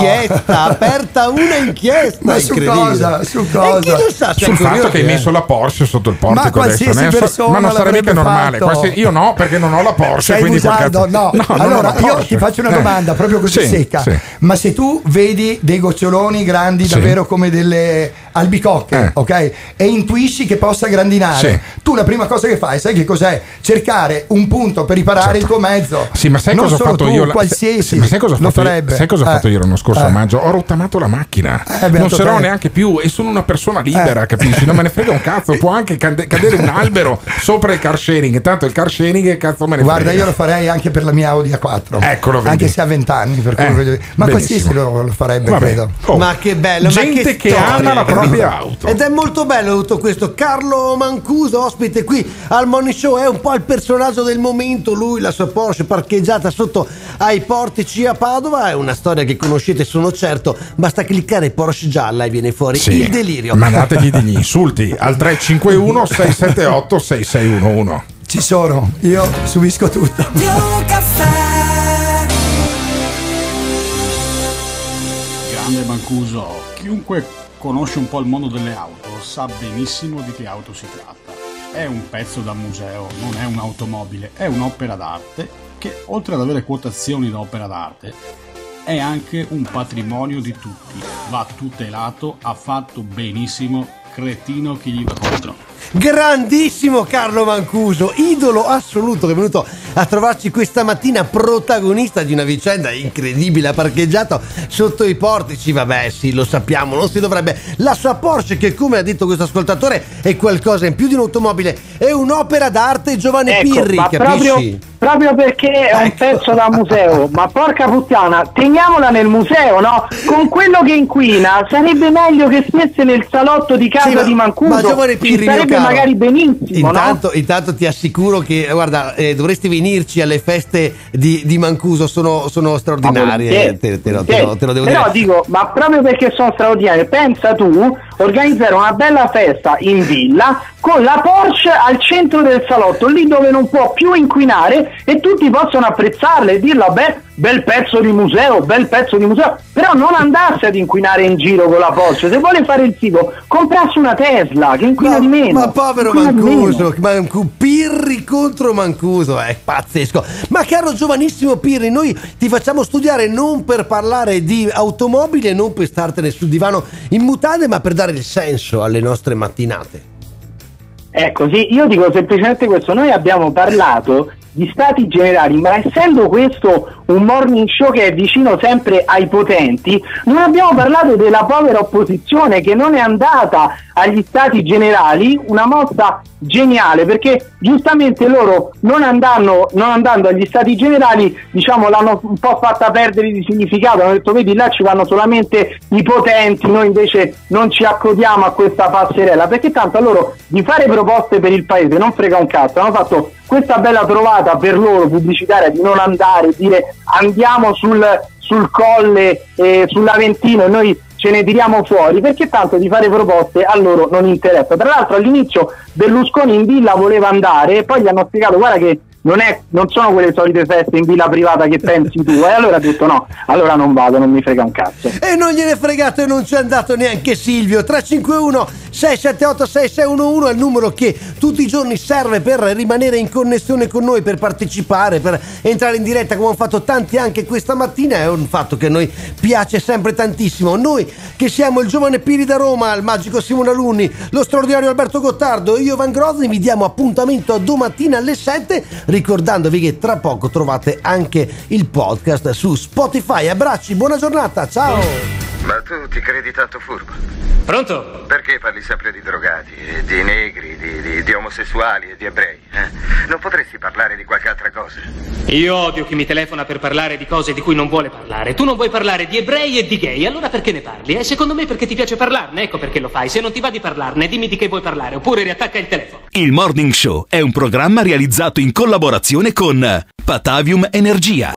un'inchiesta. Ma su cosa? Sul fatto che hai messo la Porsche sotto il portico. Ma qualsiasi persona ma non sarebbe mica normale. Io no, perché non ho la Porsche. Allora io ti faccio una domanda proprio così secca. Ma se tu vedi dei goccioloni grandi davvero come delle albicocche, ok? E intuisci che possa grandinare, tu la prima cosa che fai, sai che cos'è? Cercare un punto per riparare il tuo mezzo. Sì, ma sai cosa ho fatto io? Qualsiasi ma sai cosa ho fatto io l'anno scorso a maggio? Ho rottamato la macchina. Non ce l'ho neanche più e sono una persona libera, capisci? Non me ne frega un cazzo, può anche cadere un albero sopra il car sharing, tanto il car sharing che cazzo me ne frega. Guarda, io lo farei anche per la mia Audi A4. Eccolo, anche se ha 20 anni, per cui ma qualsiasi lo farebbe, credo. Ma che bello, gente che ama la propria proprie auto. Ed è molto bello tutto questo. Carlo Mancuso, ospite qui al Morning Show, è un po' il personaggio del momento. Lui, la sua Porsche parcheggiata sotto ai portici a Padova, è una storia che conoscete, sono certo. Basta cliccare Porsche gialla e viene fuori il delirio. Mandategli degli insulti al 351 678 6611. Ci sono, io subisco tutto. Grande Mancuso, chiunque conosce un po' il mondo delle auto sa benissimo di che auto si tratta. È un pezzo da museo, non è un'automobile, è un'opera d'arte che, oltre ad avere quotazioni da opera d'arte, è anche un patrimonio di tutti, va tutelato, ha fatto benissimo, cretino chi gli va contro. Grandissimo Carlo Mancuso, idolo assoluto, che è venuto a trovarci questa mattina, protagonista di una vicenda incredibile, ha parcheggiato sotto i portici. Vabbè, sì, lo sappiamo, non si dovrebbe. La sua Porsche, che come ha detto questo ascoltatore è qualcosa in più di un'automobile, è un'opera d'arte. Giovanni Pirri, ma capisci? Proprio perché è un pezzo da museo, ma porca puttana, teniamola nel museo, no? Con quello che inquina sarebbe meglio che stesse nel salotto di casa di Mancuso. Ma Giovanni Pirri, sarebbe magari benissimo, intanto ti assicuro che guarda, dovresti venirci alle feste di Mancuso, sono straordinarie, te lo devo dire. Però dico, ma proprio perché sono straordinarie, pensa tu organizzare una bella festa in villa con la Porsche al centro del salotto, lì dove non può più inquinare e tutti possono apprezzarla e dirla, bel pezzo di museo, però non andarsi ad inquinare in giro con la Porsche. Se vuole fare il figo, comprarsi una Tesla che inquina di meno. Ma povero Mancuso, Pirri contro Mancuso, è pazzesco. Ma caro giovanissimo Pirri, noi ti facciamo studiare non per parlare di automobili e non per startene sul divano in mutande, ma per dare il senso alle nostre mattinate. Ecco, sì, io dico semplicemente questo: noi abbiamo parlato di stati generali, ma essendo questo un morning show che è vicino sempre ai potenti, non abbiamo parlato della povera opposizione che non è andata agli stati generali, una mossa geniale, perché giustamente loro non andando agli stati generali, diciamo, l'hanno un po' fatta perdere di significato, hanno detto vedi là ci vanno solamente i potenti, noi invece non ci accodiamo a questa passerella, perché tanto a loro di fare proposte per il paese non frega un cazzo. Hanno fatto questa bella trovata per loro pubblicitaria di non andare, dire andiamo sul colle, sull'Aventino e noi ce ne tiriamo fuori, perché tanto di fare proposte a loro non interessa. Tra l'altro all'inizio Berlusconi in villa voleva andare e poi gli hanno spiegato guarda che non sono quelle solite feste in villa privata che pensi tu, e allora ha detto no, allora non vado, non mi frega un cazzo. E non gliene è fregato e non c'è andato neanche Silvio. 351 678 6611 è il numero che tutti i giorni serve per rimanere in connessione con noi, per partecipare, per entrare in diretta come hanno fatto tanti anche questa mattina. È un fatto che a noi piace sempre tantissimo. Noi che siamo il giovane Piri da Roma, il magico Simone Alunni, lo straordinario Alberto Gottardo, io Van Grozny, vi diamo appuntamento a domattina alle 7, ricordandovi che tra poco trovate anche il podcast su Spotify. Abbracci, buona giornata, ciao! Ma tu ti credi tanto furbo? Pronto? Perché parli sempre di drogati, di negri, di omosessuali e di ebrei? Non potresti parlare di qualche altra cosa? Io odio chi mi telefona per parlare di cose di cui non vuole parlare. Tu non vuoi parlare di ebrei e di gay, allora perché ne parli? Secondo me perché ti piace parlarne, ecco perché lo fai. Se non ti va di parlarne, dimmi di che vuoi parlare, oppure riattacca il telefono. Il Morning Show è un programma realizzato in collaborazione con Patavium Energia.